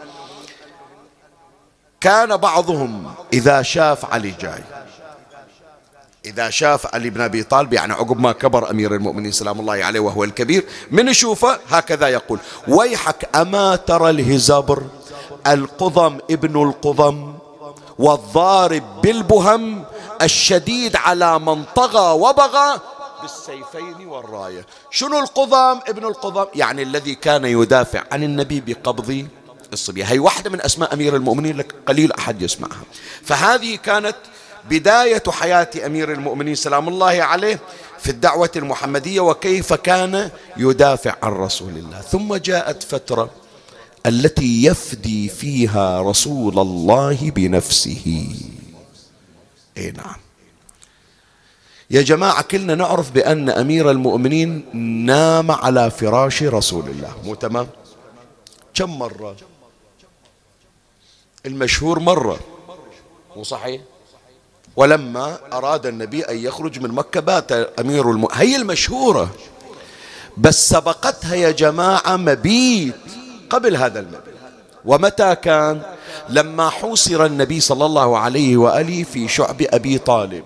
كان بعضهم إذا شاف علي جاي، إذا شاف علي بن أبي طالب، يعني عقب ما كبر أمير المؤمنين سلام الله عليه وهو الكبير، من يشوفه هكذا يقول ويحك أما ترى الهزبر القضم ابن القضم والضارب بالبهم الشديد على من طغى وبغى بالسيفين والراية. شنو القضم ابن القضم؟ يعني الذي كان يدافع عن النبي بقبض الصبية. هي واحدة من أسماء أمير المؤمنين، لك قليل أحد يسمعها. فهذه كانت بداية حياة أمير المؤمنين سلام الله عليه في الدعوة المحمدية، وكيف كان يدافع عن رسول الله. ثم جاءت فترة التي يفدي فيها رسول الله بنفسه. اي نعم يا جماعة، كلنا نعرف بأن أمير المؤمنين نام على فراش رسول الله، مو تمام؟ كم مرة؟ المشهور مرة، مو صحيح؟ ولما أراد النبي أن يخرج من مكة بات أمير المؤمنين، هي المشهورة، بس سبقتها يا جماعة مبيت قبل هذا المبيت. ومتى كان؟ لما حوصر النبي صلى الله عليه وآله في شعب أبي طالب.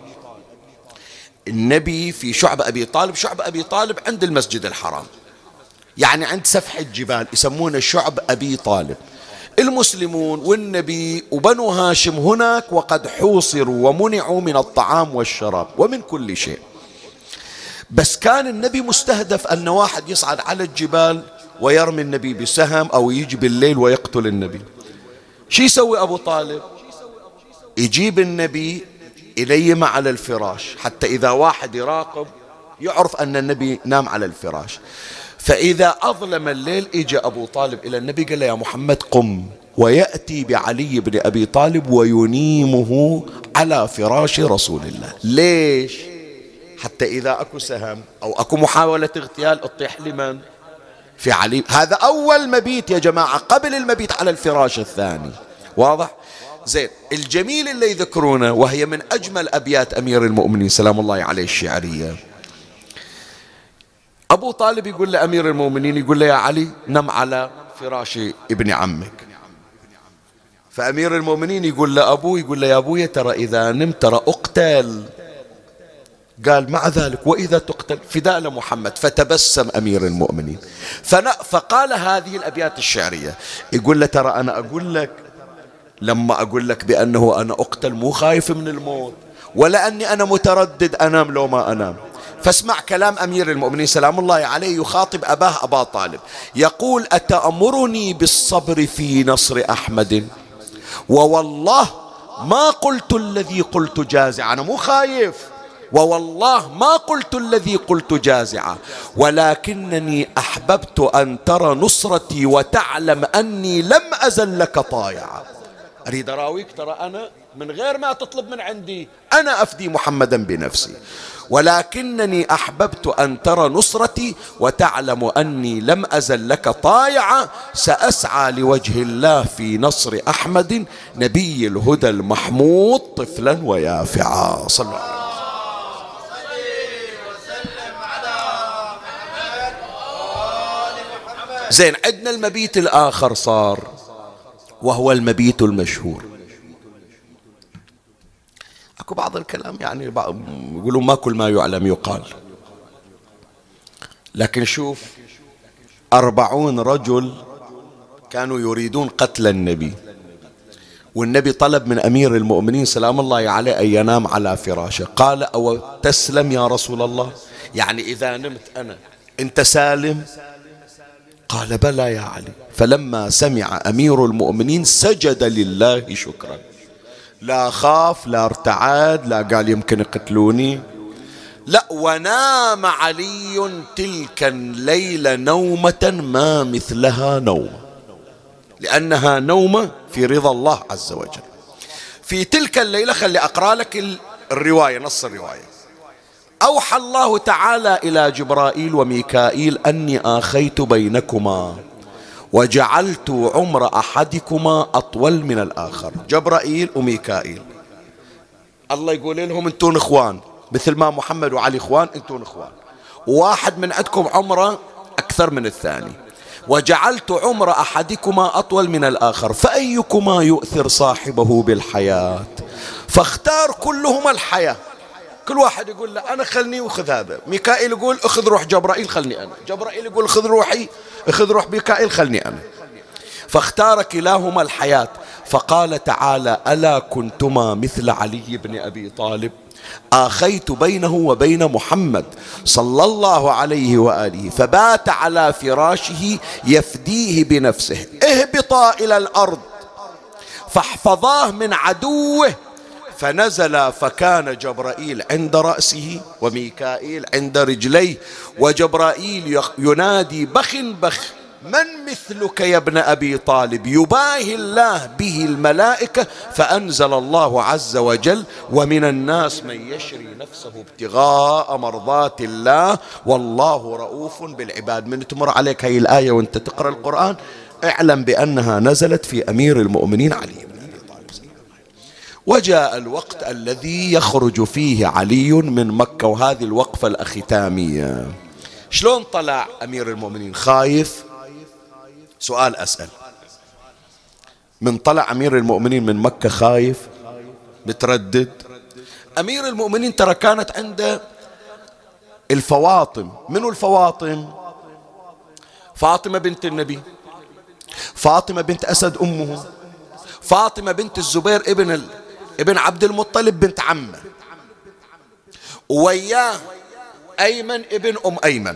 النبي في شعب أبي طالب، شعب أبي طالب عند المسجد الحرام، يعني عند سفح الجبال، يسمونه شعب أبي طالب. المسلمون والنبي وبنو هاشم هناك، وقد حوصروا ومنعوا من الطعام والشراب ومن كل شيء. بس كان النبي مستهدف أن واحد يصعد على الجبال ويرمي النبي بسهم، أو يجي بالليل ويقتل النبي. شو يسوي أبو طالب؟ يجيب النبي إليه على الفراش، حتى إذا واحد يراقب يعرف أن النبي نام على الفراش. فإذا أظلم الليل إجى أبو طالب إلى النبي قال له يا محمد قم، ويأتي بعلي بن أبي طالب وينيمه على فراش رسول الله. ليش؟ حتى إذا أكو سهم أو أكو محاولة اغتيال تطيح لمن؟ في علي. هذا أول مبيت يا جماعة قبل المبيت على الفراش الثاني. واضح؟ زين. الجميل اللي يذكرونه، وهي من أجمل أبيات أمير المؤمنين سلام الله عليه الشعرية، أبو طالب يقول لأمير المؤمنين، يقول له يا علي نم على فراش ابن عمك. فأمير المؤمنين يقول لأبوه، يقول له يا أبوي ترى إذا نمت ترى أقتل. قال مع ذلك وإذا تقتل فداء لمحمد. فتبسم أمير المؤمنين فقال هذه الأبيات الشعرية، يقول له ترى أنا أقول لك، لما أقول لك بأنه أنا أقتل مو خايف من الموت، ولا أني أنا متردد أنام لو ما أنام. فاسمع كلام أمير المؤمنين سلام الله عليه يخاطب أباه أبا طالب، يقول أتأمرني بالصبر في نصر أحمد ووالله ما قلت الذي قلت جازع. أنا مو خايف ووالله ما قلت الذي قلت جازعا، ولكنني أحببت أن ترى نصرتي وتعلم أني لم أزل لك طايعا. أريد أراويك ترى أنا من غير ما تطلب من عندي أنا أفدي محمدا بنفسي، ولكنني أحببت أن ترى نصرتي وتعلم أني لم أزل لك طايعا، سأسعى لوجه الله في نصر أحمد نبي الهدى المحمود طفلا ويافعا. صلى الله عليه وسلم. زين، عندنا المبيت الآخر صار، وهو المبيت المشهور. اكو بعض الكلام يعني يقولوا ما كل ما يعلم يقال، لكن شوف، أربعون رجل كانوا يريدون قتل النبي، والنبي طلب من أمير المؤمنين سلام الله عليه أن ينام على فراشه. قال: أو تسلم يا رسول الله؟ يعني إذا نمت أنا أنت سالم؟ قال: بلى يا علي. فلما سمع أمير المؤمنين سجد لله شكرا، لا خاف لا ارتعد لا قال يمكن يقتلوني، لا، ونام علي تلك الليلة نومة ما مثلها نومة، لأنها نومة في رضا الله عز وجل. في تلك الليلة، خلي أقرأ لك الرواية، نص الرواية: أوحى الله تعالى إلى جبرائيل وميكائيل أني آخيت بينكما وجعلت عمر أحدكما أطول من الآخر. جبرائيل وميكائيل، الله يقول لهم أنتون إخوان، مثل ما محمد وعلي إخوان، أنتون إخوان، واحد من عندكم عمره أكثر من الثاني، وجعلت عمر أحدكما أطول من الآخر، فأيكما يؤثر صاحبه بالحياة؟ فاختار كلهما الحياة، كل واحد يقول: لا أنا خلني وخذ هذا. ميكائيل يقول: أخذ روح جبرائيل خلني أنا. جبرائيل يقول: خذ روحي، أخذ روح ميكائيل خلني أنا. فاختار كلاهما الحياة. فقال تعالى: ألا كنتما مثل علي بن أبي طالب آخيت بينه وبين محمد صلى الله عليه وآله، فبات على فراشه يفديه بنفسه، اهبطا إلى الأرض فاحفظاه من عدوه. فنزل، فكان جبرائيل عند رأسه وميكائيل عند رجليه، وجبرائيل ينادي: بخ بخ، من مثلك يا ابن أبي طالب؟ يباهي الله به الملائكة. فأنزل الله عز وجل: ومن الناس من يشري نفسه ابتغاء مرضات الله والله رؤوف بالعباد. من تمر عليك هاي الآية وانت تقرأ القرآن، اعلم بأنها نزلت في أمير المؤمنين علي. وجاء الوقت الذي يخرج فيه علي من مكة، وهذه الوقفة الأختامية. شلون طلع أمير المؤمنين؟ خايف؟ سؤال أسأل، من طلع أمير المؤمنين من مكة خايف متردد؟ أمير المؤمنين ترى كانت عنده الفواطم. منو الفواطم؟ فاطمة بنت النبي، فاطمة بنت أسد أمه، فاطمة بنت الزبير ابن ال... ابن عبد المطلب بنت عمه، وياه أيمن ابن أم أيمن،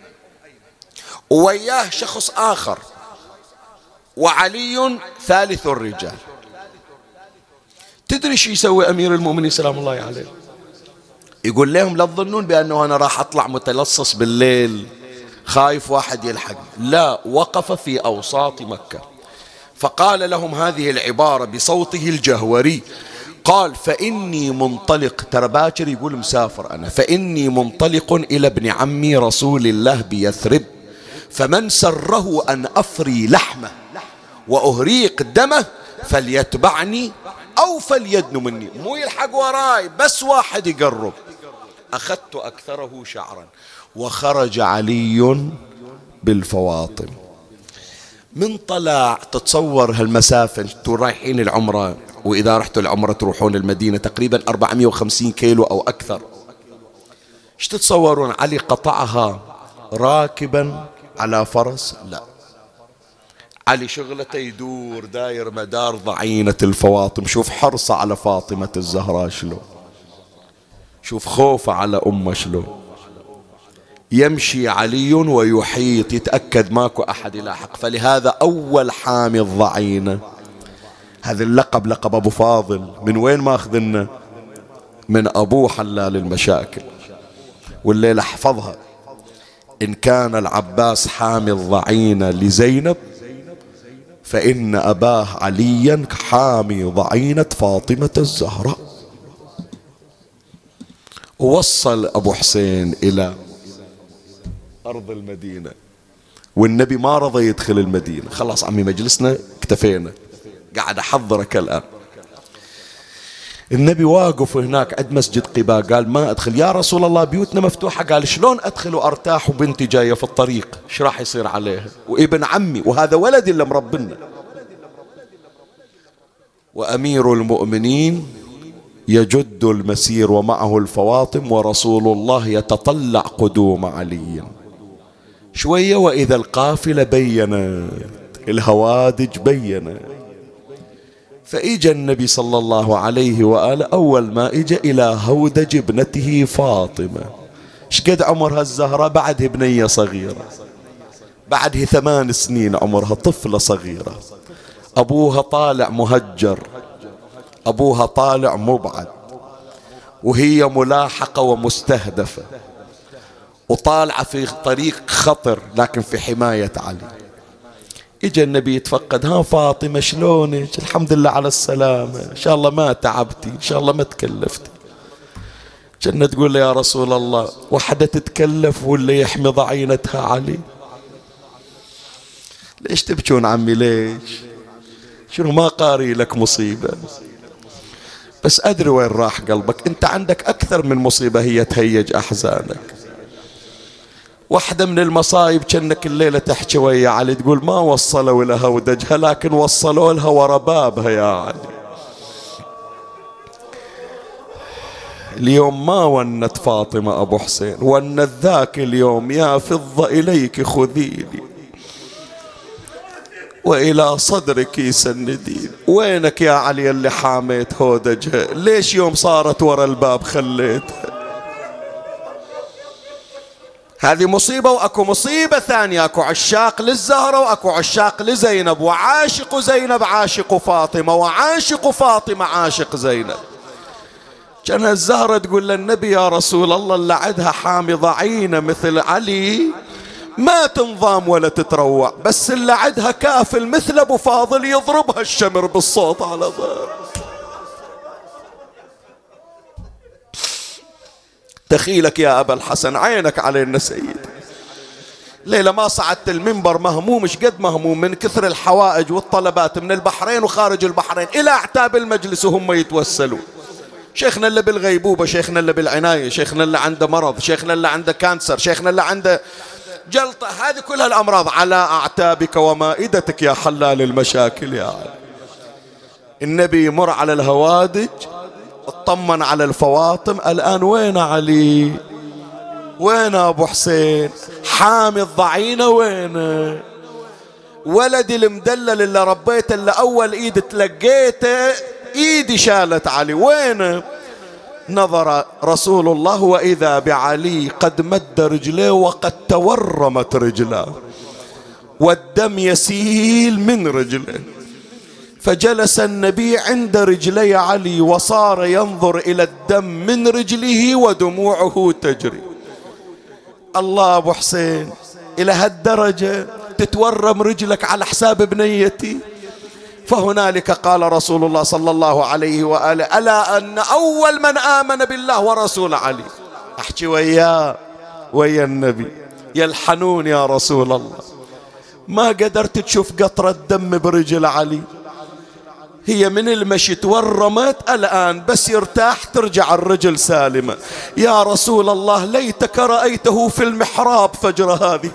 وياه شخص آخر، وعلي ثالث الرجال. تدري شو يسوي أمير المؤمنين سلام الله عليه؟ يقول لهم: لا تظنون بأنه أنا راح أطلع متلصص بالليل خايف واحد يلحق، لا، وقف في أوساط مكة فقال لهم هذه العبارة بصوته الجهوري، قال: فإني منطلق، ترى باكر يقول مسافر أنا، فإني منطلق إلى ابن عمي رسول الله بيثرب، فمن سره أن أفري لحمه وأهريق دمه فليتبعني أو فليدن مني. مو يلحق وراي، بس واحد يقرب. أخذت أكثره شعرا، وخرج علي بالفواطم. من طلع، تتصور هالمسافة، انتوا رايحين العمرة، وإذا رحتوا العمرة تروحون المدينة تقريبا أربعمائة وخمسين كيلو أو أكثر. ايش تتصورون؟ علي قطعها راكبا على فرس؟ لا، علي شغلته يدور داير مدار ضعينة الفواطم. شوف حرصه على فاطمة الزهراء شلون، شوف خوفه على أمه شلون. يمشي علي ويحيط، يتأكد ماكو أحد يلاحق. فلهذا أول حامي الضعينة، هذا اللقب لقب أبو فاضل، من وين ماخذنا؟ من أبوه حلال المشاكل. والليلة احفظها: إن كان العباس حامي الضعينة لزينب فإن أباه عليا حامي ضعينة فاطمة الزهراء. ووصل أبو حسين إلى أرض المدينة، والنبي ما رضى يدخل المدينة. خلاص عمي مجلسنا اكتفينا، قاعد أحضرك الآن. النبي واقف هناك عند مسجد قباء، قال ما أدخل يا رسول الله، بيوتنا مفتوحة. قال شلون أدخل وأرتاح وبنتي جاية في الطريق، ايش راح يصير عليها، وابن عمي وهذا ولدي اللي مربنا. وأمير المؤمنين يجد المسير ومعه الفواطم، ورسول الله يتطلع قدوم علي. شوية وإذا القافلة بينت، الهوادج بينت، فإجا النبي صلى الله عليه وآله. أول ما إجا إلى هودج ابنته فاطمة. شقد عمرها الزهرة؟ بعدها بنية صغيرة، بعدها ثمان سنين عمرها، طفلة صغيرة. أبوها طالع مهجر، أبوها طالع مبعد، وهي ملاحقة ومستهدفة، وطالعة في طريق خطر لكن في حماية علي. إجا النبي يتفقد: ها فاطمة شلونك؟ الحمد لله على السلامة، إن شاء الله ما تعبتي، إن شاء الله ما تكلفتي. جنة تقول له: يا رسول الله، وحدة تتكلف ولا يحمي ضعينتها علي؟ ليش تبكون عمي ليش؟ شنو ما قاري لك مصيبة؟ بس أدري وين راح قلبك، أنت عندك أكثر من مصيبة هي تهيج أحزانك. واحدة من المصايب كأنك الليلة تحكي ويا علي تقول ما وصلوا لها ودجها، لكن وصلوا لها ورا بابها يا علي. اليوم ما ونت فاطمة أبو حسين، ونت ذاك اليوم: يا فضة إليك خذيني وإلى صدرك يسندين. وينك يا علي اللي حاميت هودجها؟ ليش يوم صارت ورا الباب خليتها؟ هذه مصيبة. وأكو مصيبة ثانية، أكو عشاق للزهرة وأكو عشاق لزينب، وعاشق زينب عاشق فاطمة، وعاشق فاطمة عاشق زينب. كان الزهرة تقول للنبي: يا رسول الله، اللي عندها حامي ضعينة مثل علي ما تنضام ولا تتروع، بس اللي عندها كافل مثل أبو فاضل يضربها الشمر بالصوت على ظهر. دخيلك يا أبا الحسن، عينك علينا سيدي. ليلة ما صعدت المنبر مهموم، مش قد مهموم من كثر الحوائج والطلبات من البحرين وخارج البحرين إلى أعتاب المجلس وهم يتوسلون. شيخنا اللي بالغيبوبة، شيخنا اللي بالعناية، شيخنا اللي عنده مرض، شيخنا اللي عنده كانسر، شيخنا اللي عنده جلطة، هذه كلها الأمراض على أعتابك ومائدتك يا حلال المشاكل يا علي. النبي يمر على الهوادج، اطمن على الفواطم. الآن وين علي؟ وين أبو حسين؟ حامي الضعينة وين؟ ولدي المدلل اللي ربيته، اللي أول إيد تلقيته إيدي شالت علي، وين؟ نظر رسول الله وإذا بعلي قد مد رجليه وقد تورمت رجلاه والدم يسيل من رجله. فجلس النبي عند رجلي علي وصار ينظر إلى الدم من رجله ودموعه تجري. الله أبو حسين، إلى هالدرجة تتورم رجلك على حساب بنيتي؟ فهنالك قال رسول الله صلى الله عليه وآله: ألا أن أول من آمن بالله ورسول علي. أحكي وياه ويا النبي: يا الحنون يا رسول الله، ما قدرت تشوف قطرة دم برجل علي، هي من المشي تورمت، الآن بس يرتاح ترجع الرجل سالمة. يا رسول الله، ليتك رأيته في المحراب فجر هذه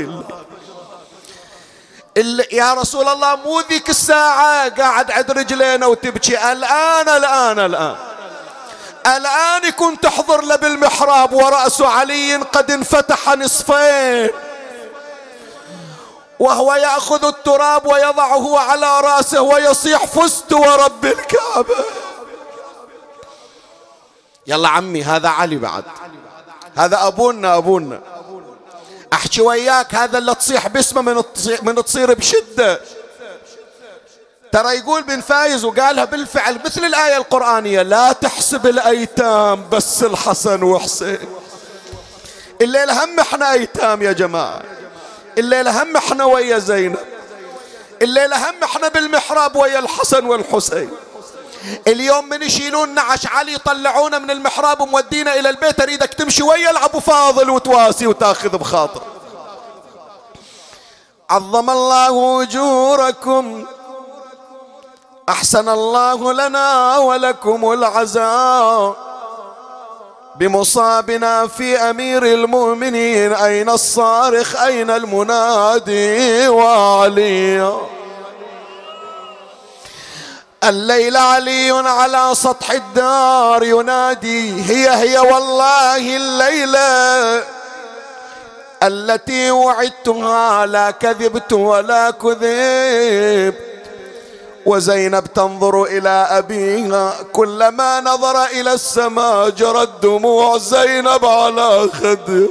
الليل. يا رسول الله، مو ذيك الساعة قاعد عند رجلينا وتبكي، الآن الآن الآن الآن كنت تحضر له بالمحراب ورأس علي قد انفتح نصفين، وهو يأخذ التراب ويضعه على رأسه ويصيح: فزت ورب الكعبة. يلا عمي، هذا علي بعد، هذا أبونا أبونا. أحكي وياك، هذا اللي تصيح باسمه من تصير, من تصير بشدة، ترى يقول بن فايز وقالها بالفعل مثل الآية القرآنية: لا تحسب الأيتام بس الحسن وحسين. الليلة هم احنا أيتام يا جماعة، الليلة هم احنا ويا زينب، الليلة هم احنا بالمحراب ويا الحسن والحسين. اليوم من يشيلون نعش علي يطلعونا من المحراب ومودينا إلى البيت، أريدك تمشي ويا الأبو فاضل وتواسي وتاخذ بخاطر. عظم الله أجوركم، أحسن الله لنا ولكم العزاء بمصابنا في أمير المؤمنين. أين الصارخ أين المنادي وعلي؟ الليل علي على سطح الدار ينادي: هي هي والله الليلة التي وعدتها، لا كذبت ولا كذبت. وزينب تنظر إلى أبيها، كلما نظر إلى السماء جرت دموع زينب على خده.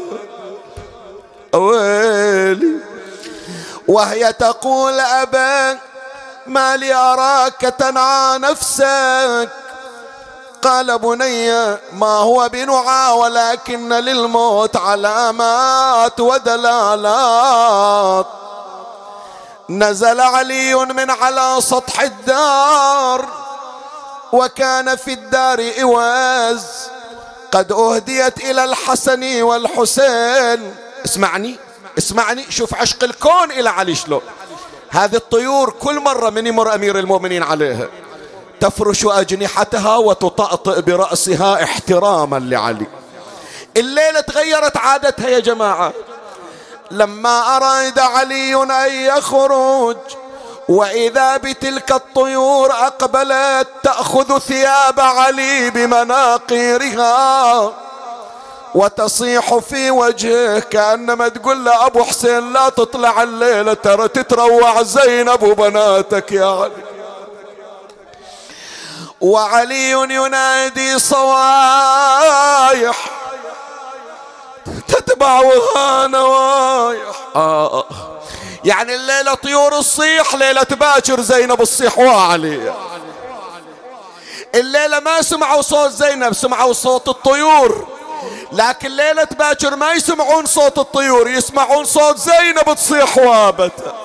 ويلي. وهي تقول: أبا ما لي أراك تنعى نفسك؟ قال: بني ما هو بنعى ولكن للموت علامات ودلالات. نزل علي من على سطح الدار، وكان في الدار إواز قد أهديت إلى الحسن والحسين. اسمعني اسمعني، شوف عشق الكون إلى علي شلون. هذه الطيور كل مرة من يمر أمير المؤمنين عليها تفرش أجنحتها وتطأطئ برأسها احتراما لعلي. الليلة تغيرت عادتها يا جماعة. لما أراد علي أن يخرج وإذا بتلك الطيور أقبلت تأخذ ثياب علي بمناقيرها وتصيح في وجهه كأنما تقول له: أبو حسين لا تطلع الليلة، ترى تتروع زينب وبناتك يا علي. وعلي ينادي صوايح تتبع وها نوايح. آه. يعني الليلة طيور الصيح، ليلة باكر زينب الصيح وعلي. الليلة ما سمعوا صوت زينب، سمعوا صوت الطيور. لكن ليلة باكر ما يسمعون صوت الطيور، يسمعون صوت زينب تصيح وابت.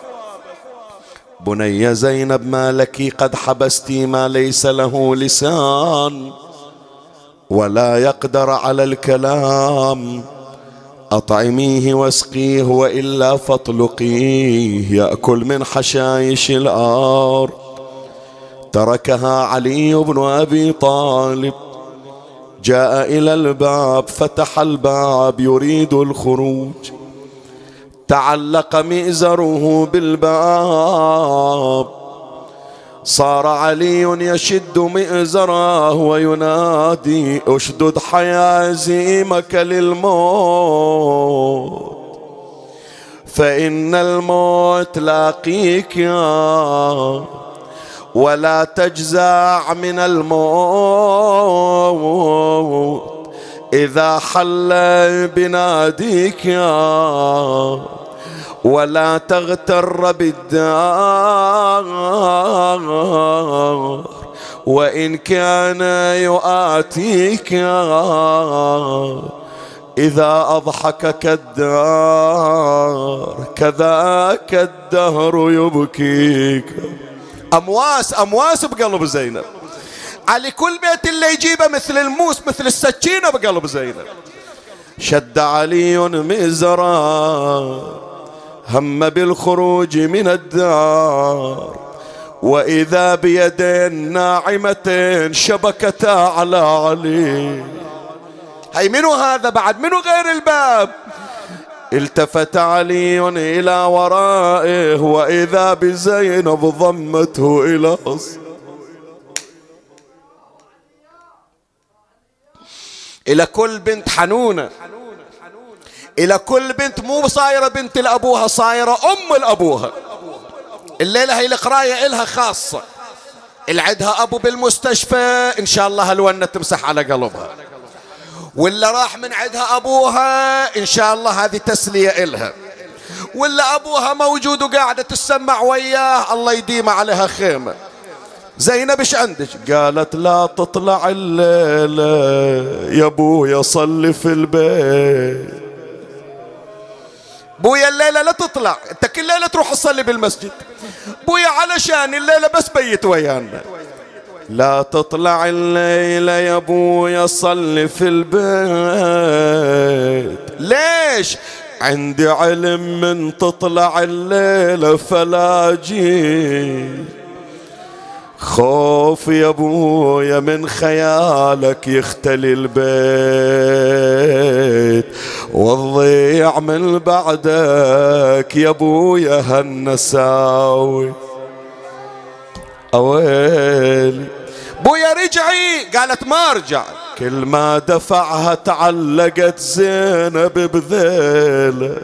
بني زينب ما لك قد حبستي ما ليس له لسان ولا يقدر على الكلام. أطعميه واسقيه وإلا فاطلقيه يأكل من حشائش الأرض. تركها علي بن أبي طالب، جاء إلى الباب، فتح الباب يريد الخروج، تعلق مئزره بالباب. صار علي يشد مئزره وينادي: اشدد حيازيمك للموت فإن الموت لاقيك ولا تجزع من الموت إذا حل بناديك ولا تغتر بالدار وإن كان يؤاتيك إذا أضحكك الدار كذاك الدهر يبكيك. أمواس أمواس بقلب زينب. على كل بيت اللي يجيبه مثل الموس مثل السكينة بقلب زينب. شد علي مئزرا هم بالخروج من الدار وإذا بيدين ناعمتين شبكتا على علي. هاي منو هذا بعد؟ منو غير الباب؟ التفت علي إلى ورائه وإذا بزينب ضمته إلى أصل. إلى كل بنت حنونة، إلى كل بنت مو صايرة بنت لأبوها، صايرة أم لأبوها. الليلة هي القراية إلها خاصة، اللي عندها أبو بالمستشفى إن شاء الله هالونة تمسح على قلبها، واللي راح من عندها أبوها إن شاء الله هذه تسلية إلها، ولا أبوها موجود وقاعدة تسمع وياه الله يديم عليها خيمة. زينب ايش عندك؟ قالت لا تطلع الليلة يا ابويا صلي في البيت. بويا الليلة لا تطلع، انت كل ليلة تروح تصلي بالمسجد. بويا علشان الليلة بس بيت ويانا. لا تطلع الليلة يا ابويا صلي في البيت. ليش؟ عندي علم من تطلع الليلة فلا أجي. خوف يا ابويا من خيالك يختلي البيت والضيع من بعدك يا ابويا هالنساوي. اويلي بويا رجعي. قالت ما ارجع. كل ما دفعها تعلقت زينب بذيله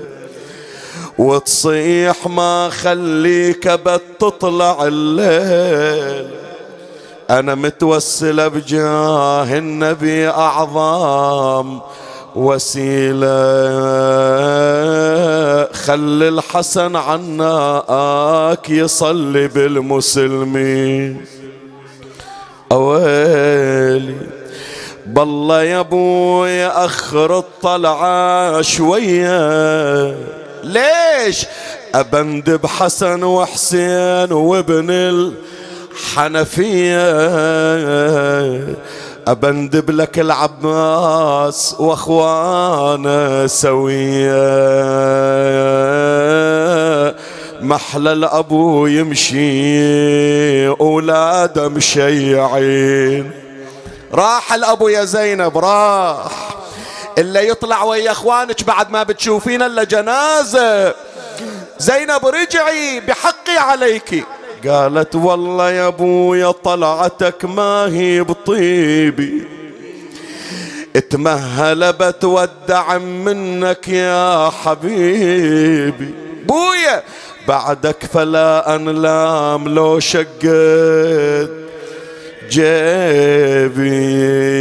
وتصيح ما خليك بت تطلع الليل. أنا متوسلة بجاه النبي أعظم وسيلة خلي الحسن عناك يصلي بالمسلمين. أويلي بالله يا ابويا أخر الطلعة شوية. ليش؟ أبندب حسن وحسين وابن الحنفية. أبندب لك العباس واخوانا سوية. محلى الأبو يمشي أولاده مشيعين. راح الأبو يا زينب راح. إلا يطلع ويا اخوانك بعد ما بتشوفين الا جنازة. زينب رجعي بحقي عليك. قالت والله يا ابويا طلعتك ما هي بطيبي. اتمهل بتودع منك يا حبيبي. بويا بعدك فلا انلام لو شقت جيبي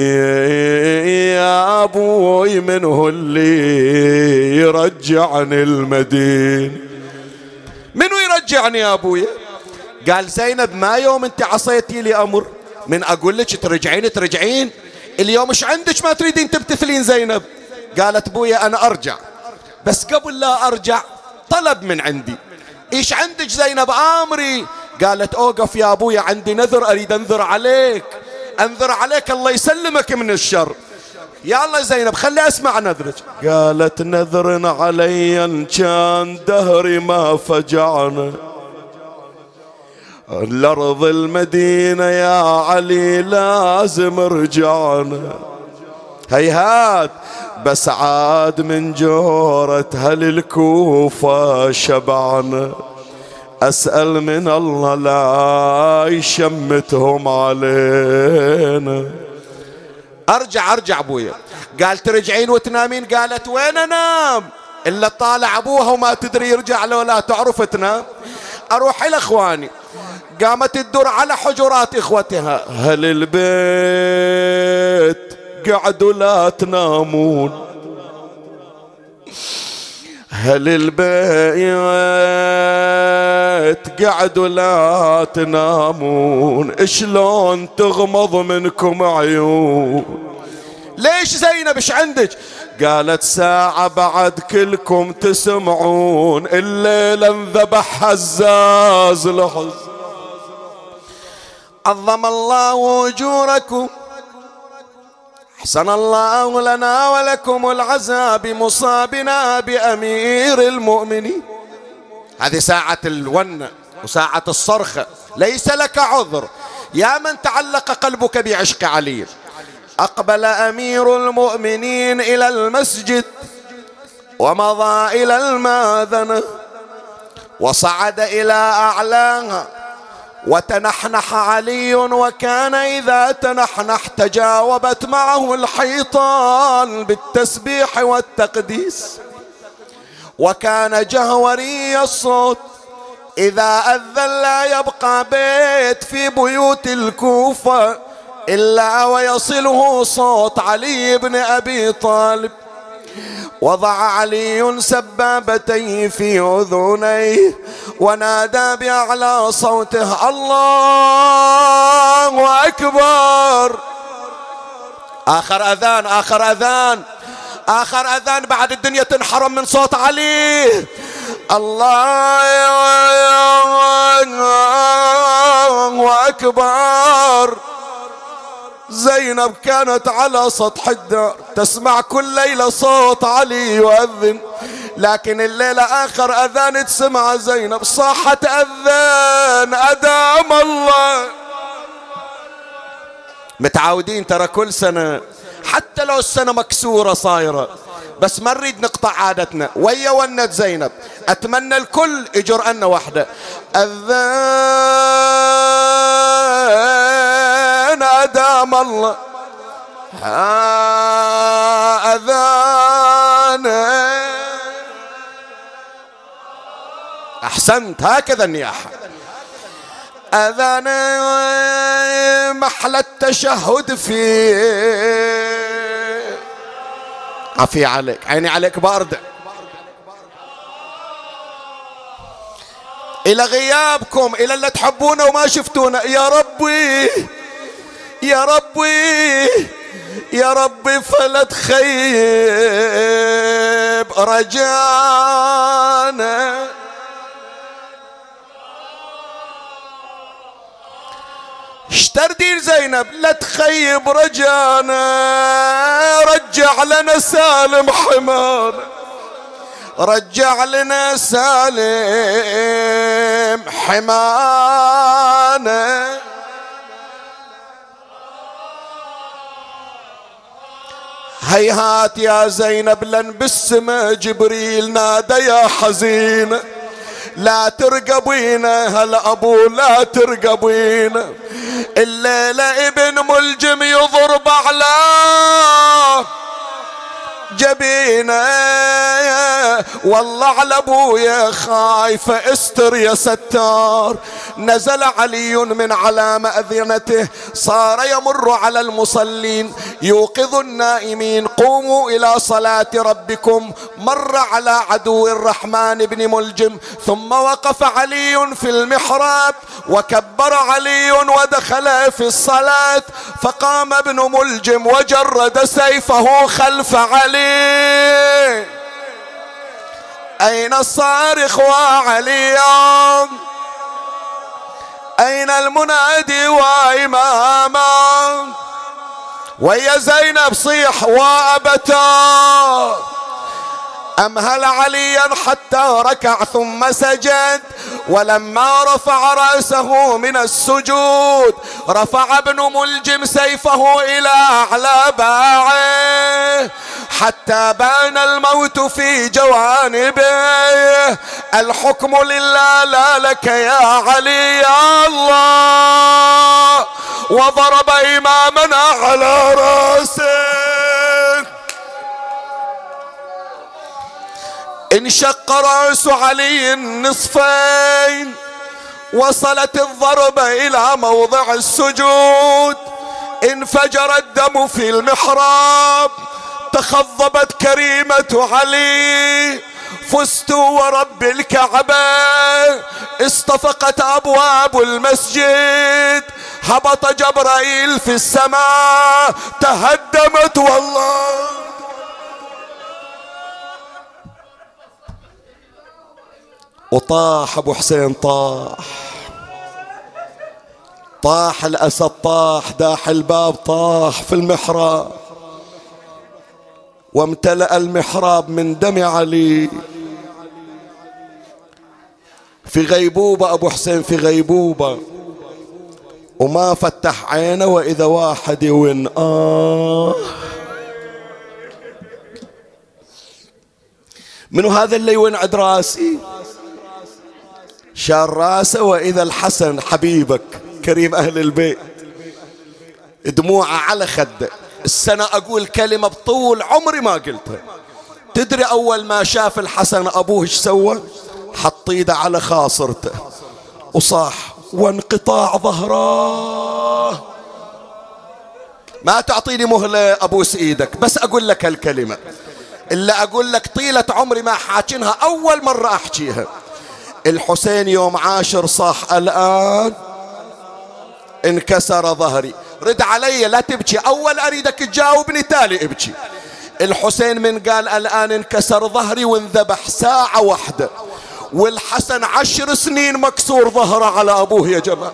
يا ابوي منه اللي يرجعني المدينة. منو يرجعني يا ابويا؟ قال زينب ما يوم انت عصيتي لي امر من اقول لك ترجعين ترجعين اليوم ايش عندك ما تريدين تمتثلين زينب؟ قالت بويا انا ارجع بس قبل لا ارجع طلب من عندي. ايش عندك زينب؟ امري. قالت اوقف يا ابويا عندي نذر اريد انذر عليك انذر عليك الله يسلمك من الشر. يا الله زينب خلي اسمع نذرك. قالت نذر علي ان كان دهري ما فجعنا الارض المدينة يا علي لازم رجعنا. هيهات بس عاد من جورة هل الكوفة شبعنا. أسأل من الله لا يشمتهم علينا. أرجع أرجع أبويا. قال ترجعين وتنامين؟ قالت وين أنام إلا طالع أبوها وما تدري يرجع لو لا تعرف تنام. أروح إلى إخواني. قامت تدور على حجرات إخوتها. هل البيت قعدوا لا تنامون؟ هل البيت قعدوا لا تنامون؟ شلون تغمض منكم عيون؟ ليش زينب ايش عندك؟ قالت ساعة بعد كلكم تسمعون الليلة انذبح هزاز لحظ. عظم الله أجوركم أحسن الله لنا ولكم العزاء بمصابنا بأمير المؤمنين. هذه ساعة الونة وساعة الصرخة. ليس لك عذر يا من تعلق قلبك بعشق علي. أقبل أمير المؤمنين إلى المسجد ومضى إلى الماذنة وصعد إلى أعلاها وتنحنح علي وكان إذا تنحنح تجاوبت معه الحيطان بالتسبيح والتقديس. وكان جهوري الصوت إذا أذن لا يبقى بيت في بيوت الكوفة إلا ويصله صوت علي بن أبي طالب. وضع علي سبابتيه في أذنيه ونادى بأعلى صوته: الله أكبر. آخر أذان آخر أذان آخر أذان بعد الدنيا تنحرم من صوت علي. الله أكبر. زينب كانت على سطح الدار تسمع كل ليلة صوت علي يؤذن، لكن الليلة آخر أذان تسمع زينب صاحت أذان أدام الله. متعودين ترى كل سنة حتى لو السنة مكسورة صايرة، بس ما نريد نقطع عادتنا ويا ونت زينب. أتمنى الكل يجر أن وحدة أذان أدام الله أذان. أحسنت، هكذا النياحة. أذان محل التشهد فيه. عفي عليك، عيني عليك باردة. إلى غيابكم، إلى اللي تحبونا وما شفتونا، يا ربي يا ربي يا ربي فلا تخيب رجانا. اشتردين زينب لا تخيب رجانا، رجع لنا سالم حمار، رجع لنا سالم حمانا. هيهات يا زينب لن بالسما جبريل نادى يا حزين لا ترقبينا، هلا ابو لا ترقبينا. الليلة ابن ملجم يضرب على جبينا، والله على ابويا خايفة استر يا ستار. نزل علي من على مأذنته صار يمر على المصلين يوقظ النائمين: قوموا إلى صلاة ربكم. مر على عدو الرحمن بن ملجم، ثم وقف علي في المحراب وكبر علي ودخل في الصلاة، فقام ابن ملجم وجرد سيفه خلف علي. أين الصارخ وعلي؟ أين المنادي وإماما؟ ويا زينب صيح وأبتا. أمهل عليا حتى ركع ثم سجد، ولما رفع رأسه من السجود رفع ابن ملجم سيفه إلى أعلى باعه حتى بان الموت في جوانبه. الحكم لله لا لك يا علي يا الله. وضرب إمامنا على رأسه، انشق رأس علي نصفين، وصلت الضربة إلى موضع السجود، انفجر الدم في المحراب، تخضبت كريمة علي: فزت ورب الكعبة. اصطفقت أبواب المسجد، هبط جبرائيل في السماء، تهدمت والله. وطاح ابو حسين، طاح طاح الاسد، طاح داح الباب، طاح في المحراب، وامتلأ المحراب من دم علي. في غيبوبة ابو حسين، في غيبوبة، وما فتح عينه واذا واحد يون آه منو هذا اللي يون عند راسي؟ شال راسه واذا الحسن حبيبك كريم اهل البيت دموعه على خده. السنة اقول كلمة بطول عمري ما قلتها. تدري اول ما شاف الحسن ابوه ايش سوى؟ حط ايده على خاصرته وصاح: وانقطاع ظهراه. ما تعطيني مهلة ابوس ايدك، بس اقول لك هالكلمة. إلا أقول لك طيلة عمري ما حاكينها، أول مرة أحكيها. الحسين يوم عاشر صاح الآن انكسر ظهري. رد علي لا تبكي، أول أريدك تجاوبني تالي ابكي. الحسين من قال الآن انكسر ظهري وانذبح ساعة واحدة، والحسن عشر سنين مكسور ظهره على أبوه يا جماعة.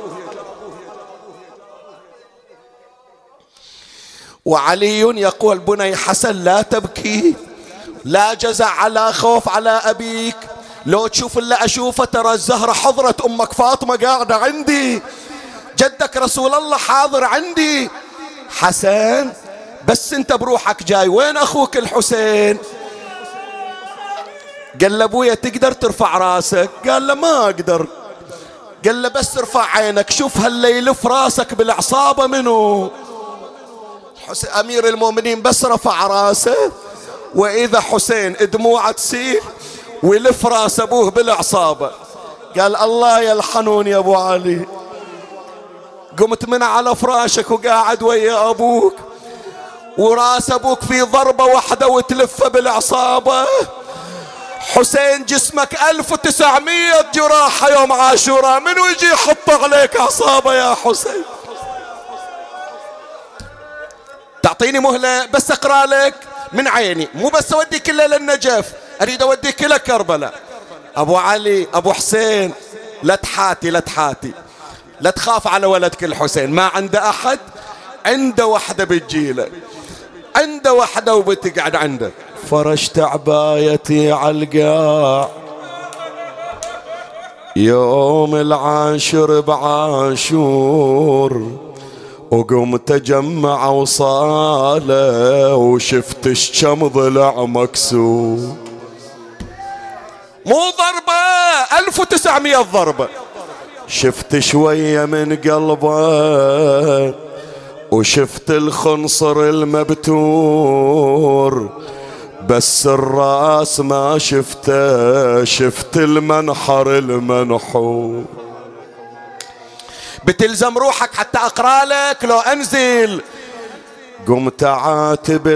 وعلي يقول بني حسن لا تبكي، لا جزع على خوف على أبيك، لو تشوف اللي أشوفه ترى الزهرة حضرت أمك فاطمة قاعدة عندي، جدك رسول الله حاضر عندي. حسن بس انت بروحك جاي، وين أخوك الحسين؟ قال له أبويا تقدر ترفع راسك؟ قال له ما أقدر. قال له بس ارفع عينك شوف هاللي يلف راسك بالعصابة منه. أمير المؤمنين بس رفع راسه وإذا حسين دموعه تسيل ويلف راس أبوه بالعصابة. قال الله يلحنون يا أبو علي. قمت من على فراشك وقاعد ويا أبوك وراس أبوك في ضربة واحدة وتلفه بالعصابة. حسين جسمك ألف وتسعمية جراحة يوم عاشوراء، منو يجي يحط عليك عصابة يا حسين؟ تعطيني مهلة بس أقرأ لك من عيني، مو بس أوديك إلا للنجف، أريد أوديك إلى كربلاء. أبو علي أبو حسين لا تحاتي لا تحاتي، لا تخاف على ولدك الحسين، ما عنده أحد، عنده وحدة بتجيله، عنده وحدة وبتقعد عنده. فرشت عبايتي على القاع يوم العاشر بعاشور، وقمت اجمع وصاله وشفت الشم ضلع مكسور. مو ضربة ألف وتسعمية ضربة، شفت شوية من قلبه وشفت الخنصر المبتور، بس الراس ما شفته، شفت المنحر المنحور. بتلزم روحك حتى أقرأ لك لو أنزل. قمت عاتب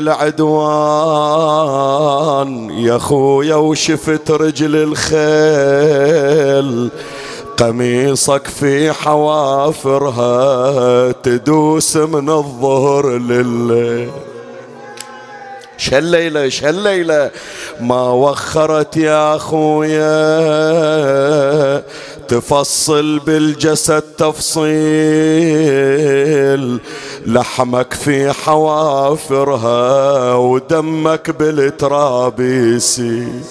العدوان يا خويا وشفت رجل الخيل، قميصك في حوافرها تدوس من الظهر لليل. شهالليلة شهالليلة ما وخرت يا خويا، تفصل بالجسد تفصيل، لحمك في حوافرها ودمك بالتراب يسيل.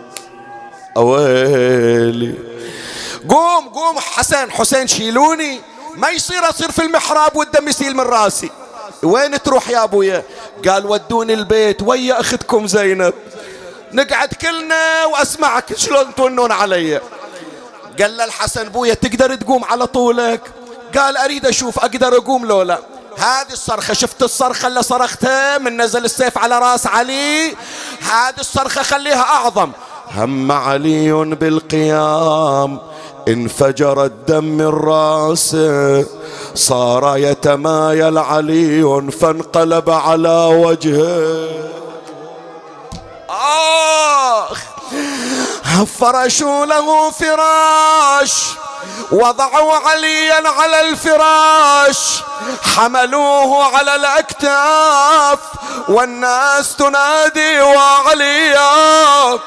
أويلي قوم قوم حسن حسين شيلوني، ما يصير أصير في المحراب والدم يسيل من راسي. وين تروح يا أبويا؟ قال ودوني البيت ويا أختكم زينب، نقعد كلنا وأسمعك شلون تونون علي. قال له الحسن بويا تقدر تقوم على طولك؟ قال أريد أشوف أقدر أقوم لو لا. هذه الصرخة، شفت الصرخة اللي صرختها من نزل السيف على راس علي؟ هذه الصرخة خليها أعظم. هم علي بالقيام انفجر الدم من راسه، صار يتمايل علي فانقلب على وجهه. آخ فرشوا له فراش، وضعوا عليا على الفراش، حملوه على الأكتاف والناس تنادي وعليا.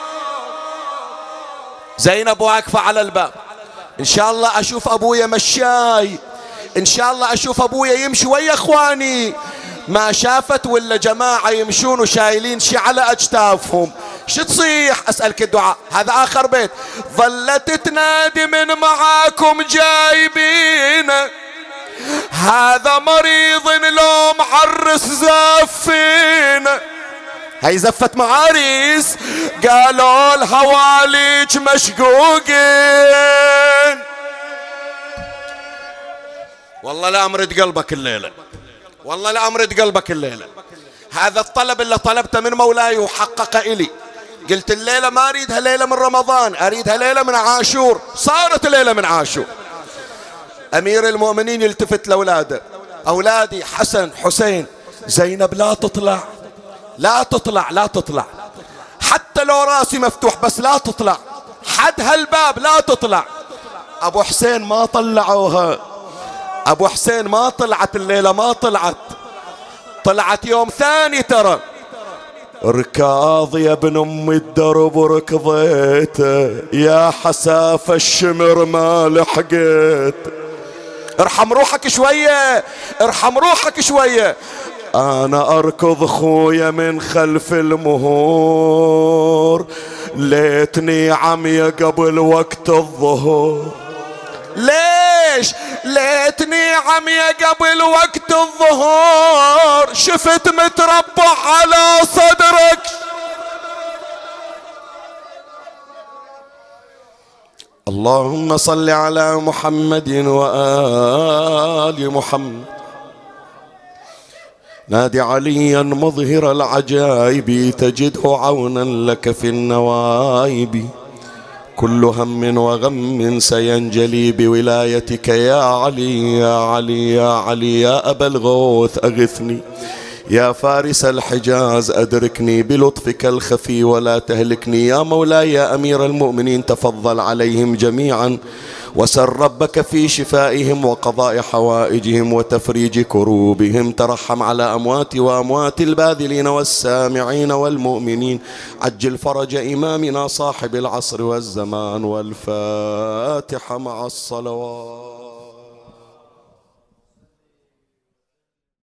زينب واقفة على الباب، إن شاء الله أشوف أبويا مشاي، إن شاء الله أشوف أبويا يمشي ويا إخواني. ما شافت ولا جماعة يمشون وشايلين شي على أجتافهم. شو تصيح؟ أسألك الدعاء، هذا آخر بيت. ظلت تنادي من معاكم جايبين، هذا مريض لو معرس زافين. هاي زفت معاريس، قالوا الهواليج مشقوقين. والله لا أمرد قلبك الليلة، والله لا أمرد قلبك الليلة. هذا الطلب اللي طلبته من مولاي وحقق إلي. قلت الليلة ما أريدها ليلة من رمضان، أريدها ليلة من عاشور. صارت ليلة من عاشور. أمير المؤمنين يلتفت لأولاده، أولادي حسن حسين، زينب لا تطلع لا تطلع لا تطلع. حتى لو راسي مفتوح بس لا تطلع، حد هالباب لا تطلع. ابو حسين ما طلعوها، ابو حسين ما طلعت الليلة، ما طلعت، طلعت يوم ثاني. ترى ركاض يا ابن ام الدرب ركضيته، يا حساف الشمر ما لحقيت. ارحم روحك شوية، ارحم روحك شوية. انا اركض خويا من خلف المهور، ليتني عمية قبل وقت الظهور. ليش ليتني عمية قبل وقت الظهور، شفت متربع على صدرك. اللهم صل على محمد وآل محمد. نادي عليا مظهر العجائب، تجده عونا لك في النوائب. كل هم وغم سينجلي بولايتك يا علي يا علي يا علي. يا أبا الغوث أغثني، يا فارس الحجاز أدركني بلطفك الخفي ولا تهلكني. يا مولاي يا أمير المؤمنين تفضل عليهم جميعا، وسر ربك في شفائهم وقضاء حوائجهم وتفريج كروبهم. ترحم على أموات وأموات الباذلين والسامعين والمؤمنين. عجل فرج إمامنا صاحب العصر والزمان. والفاتحة مع الصلوات.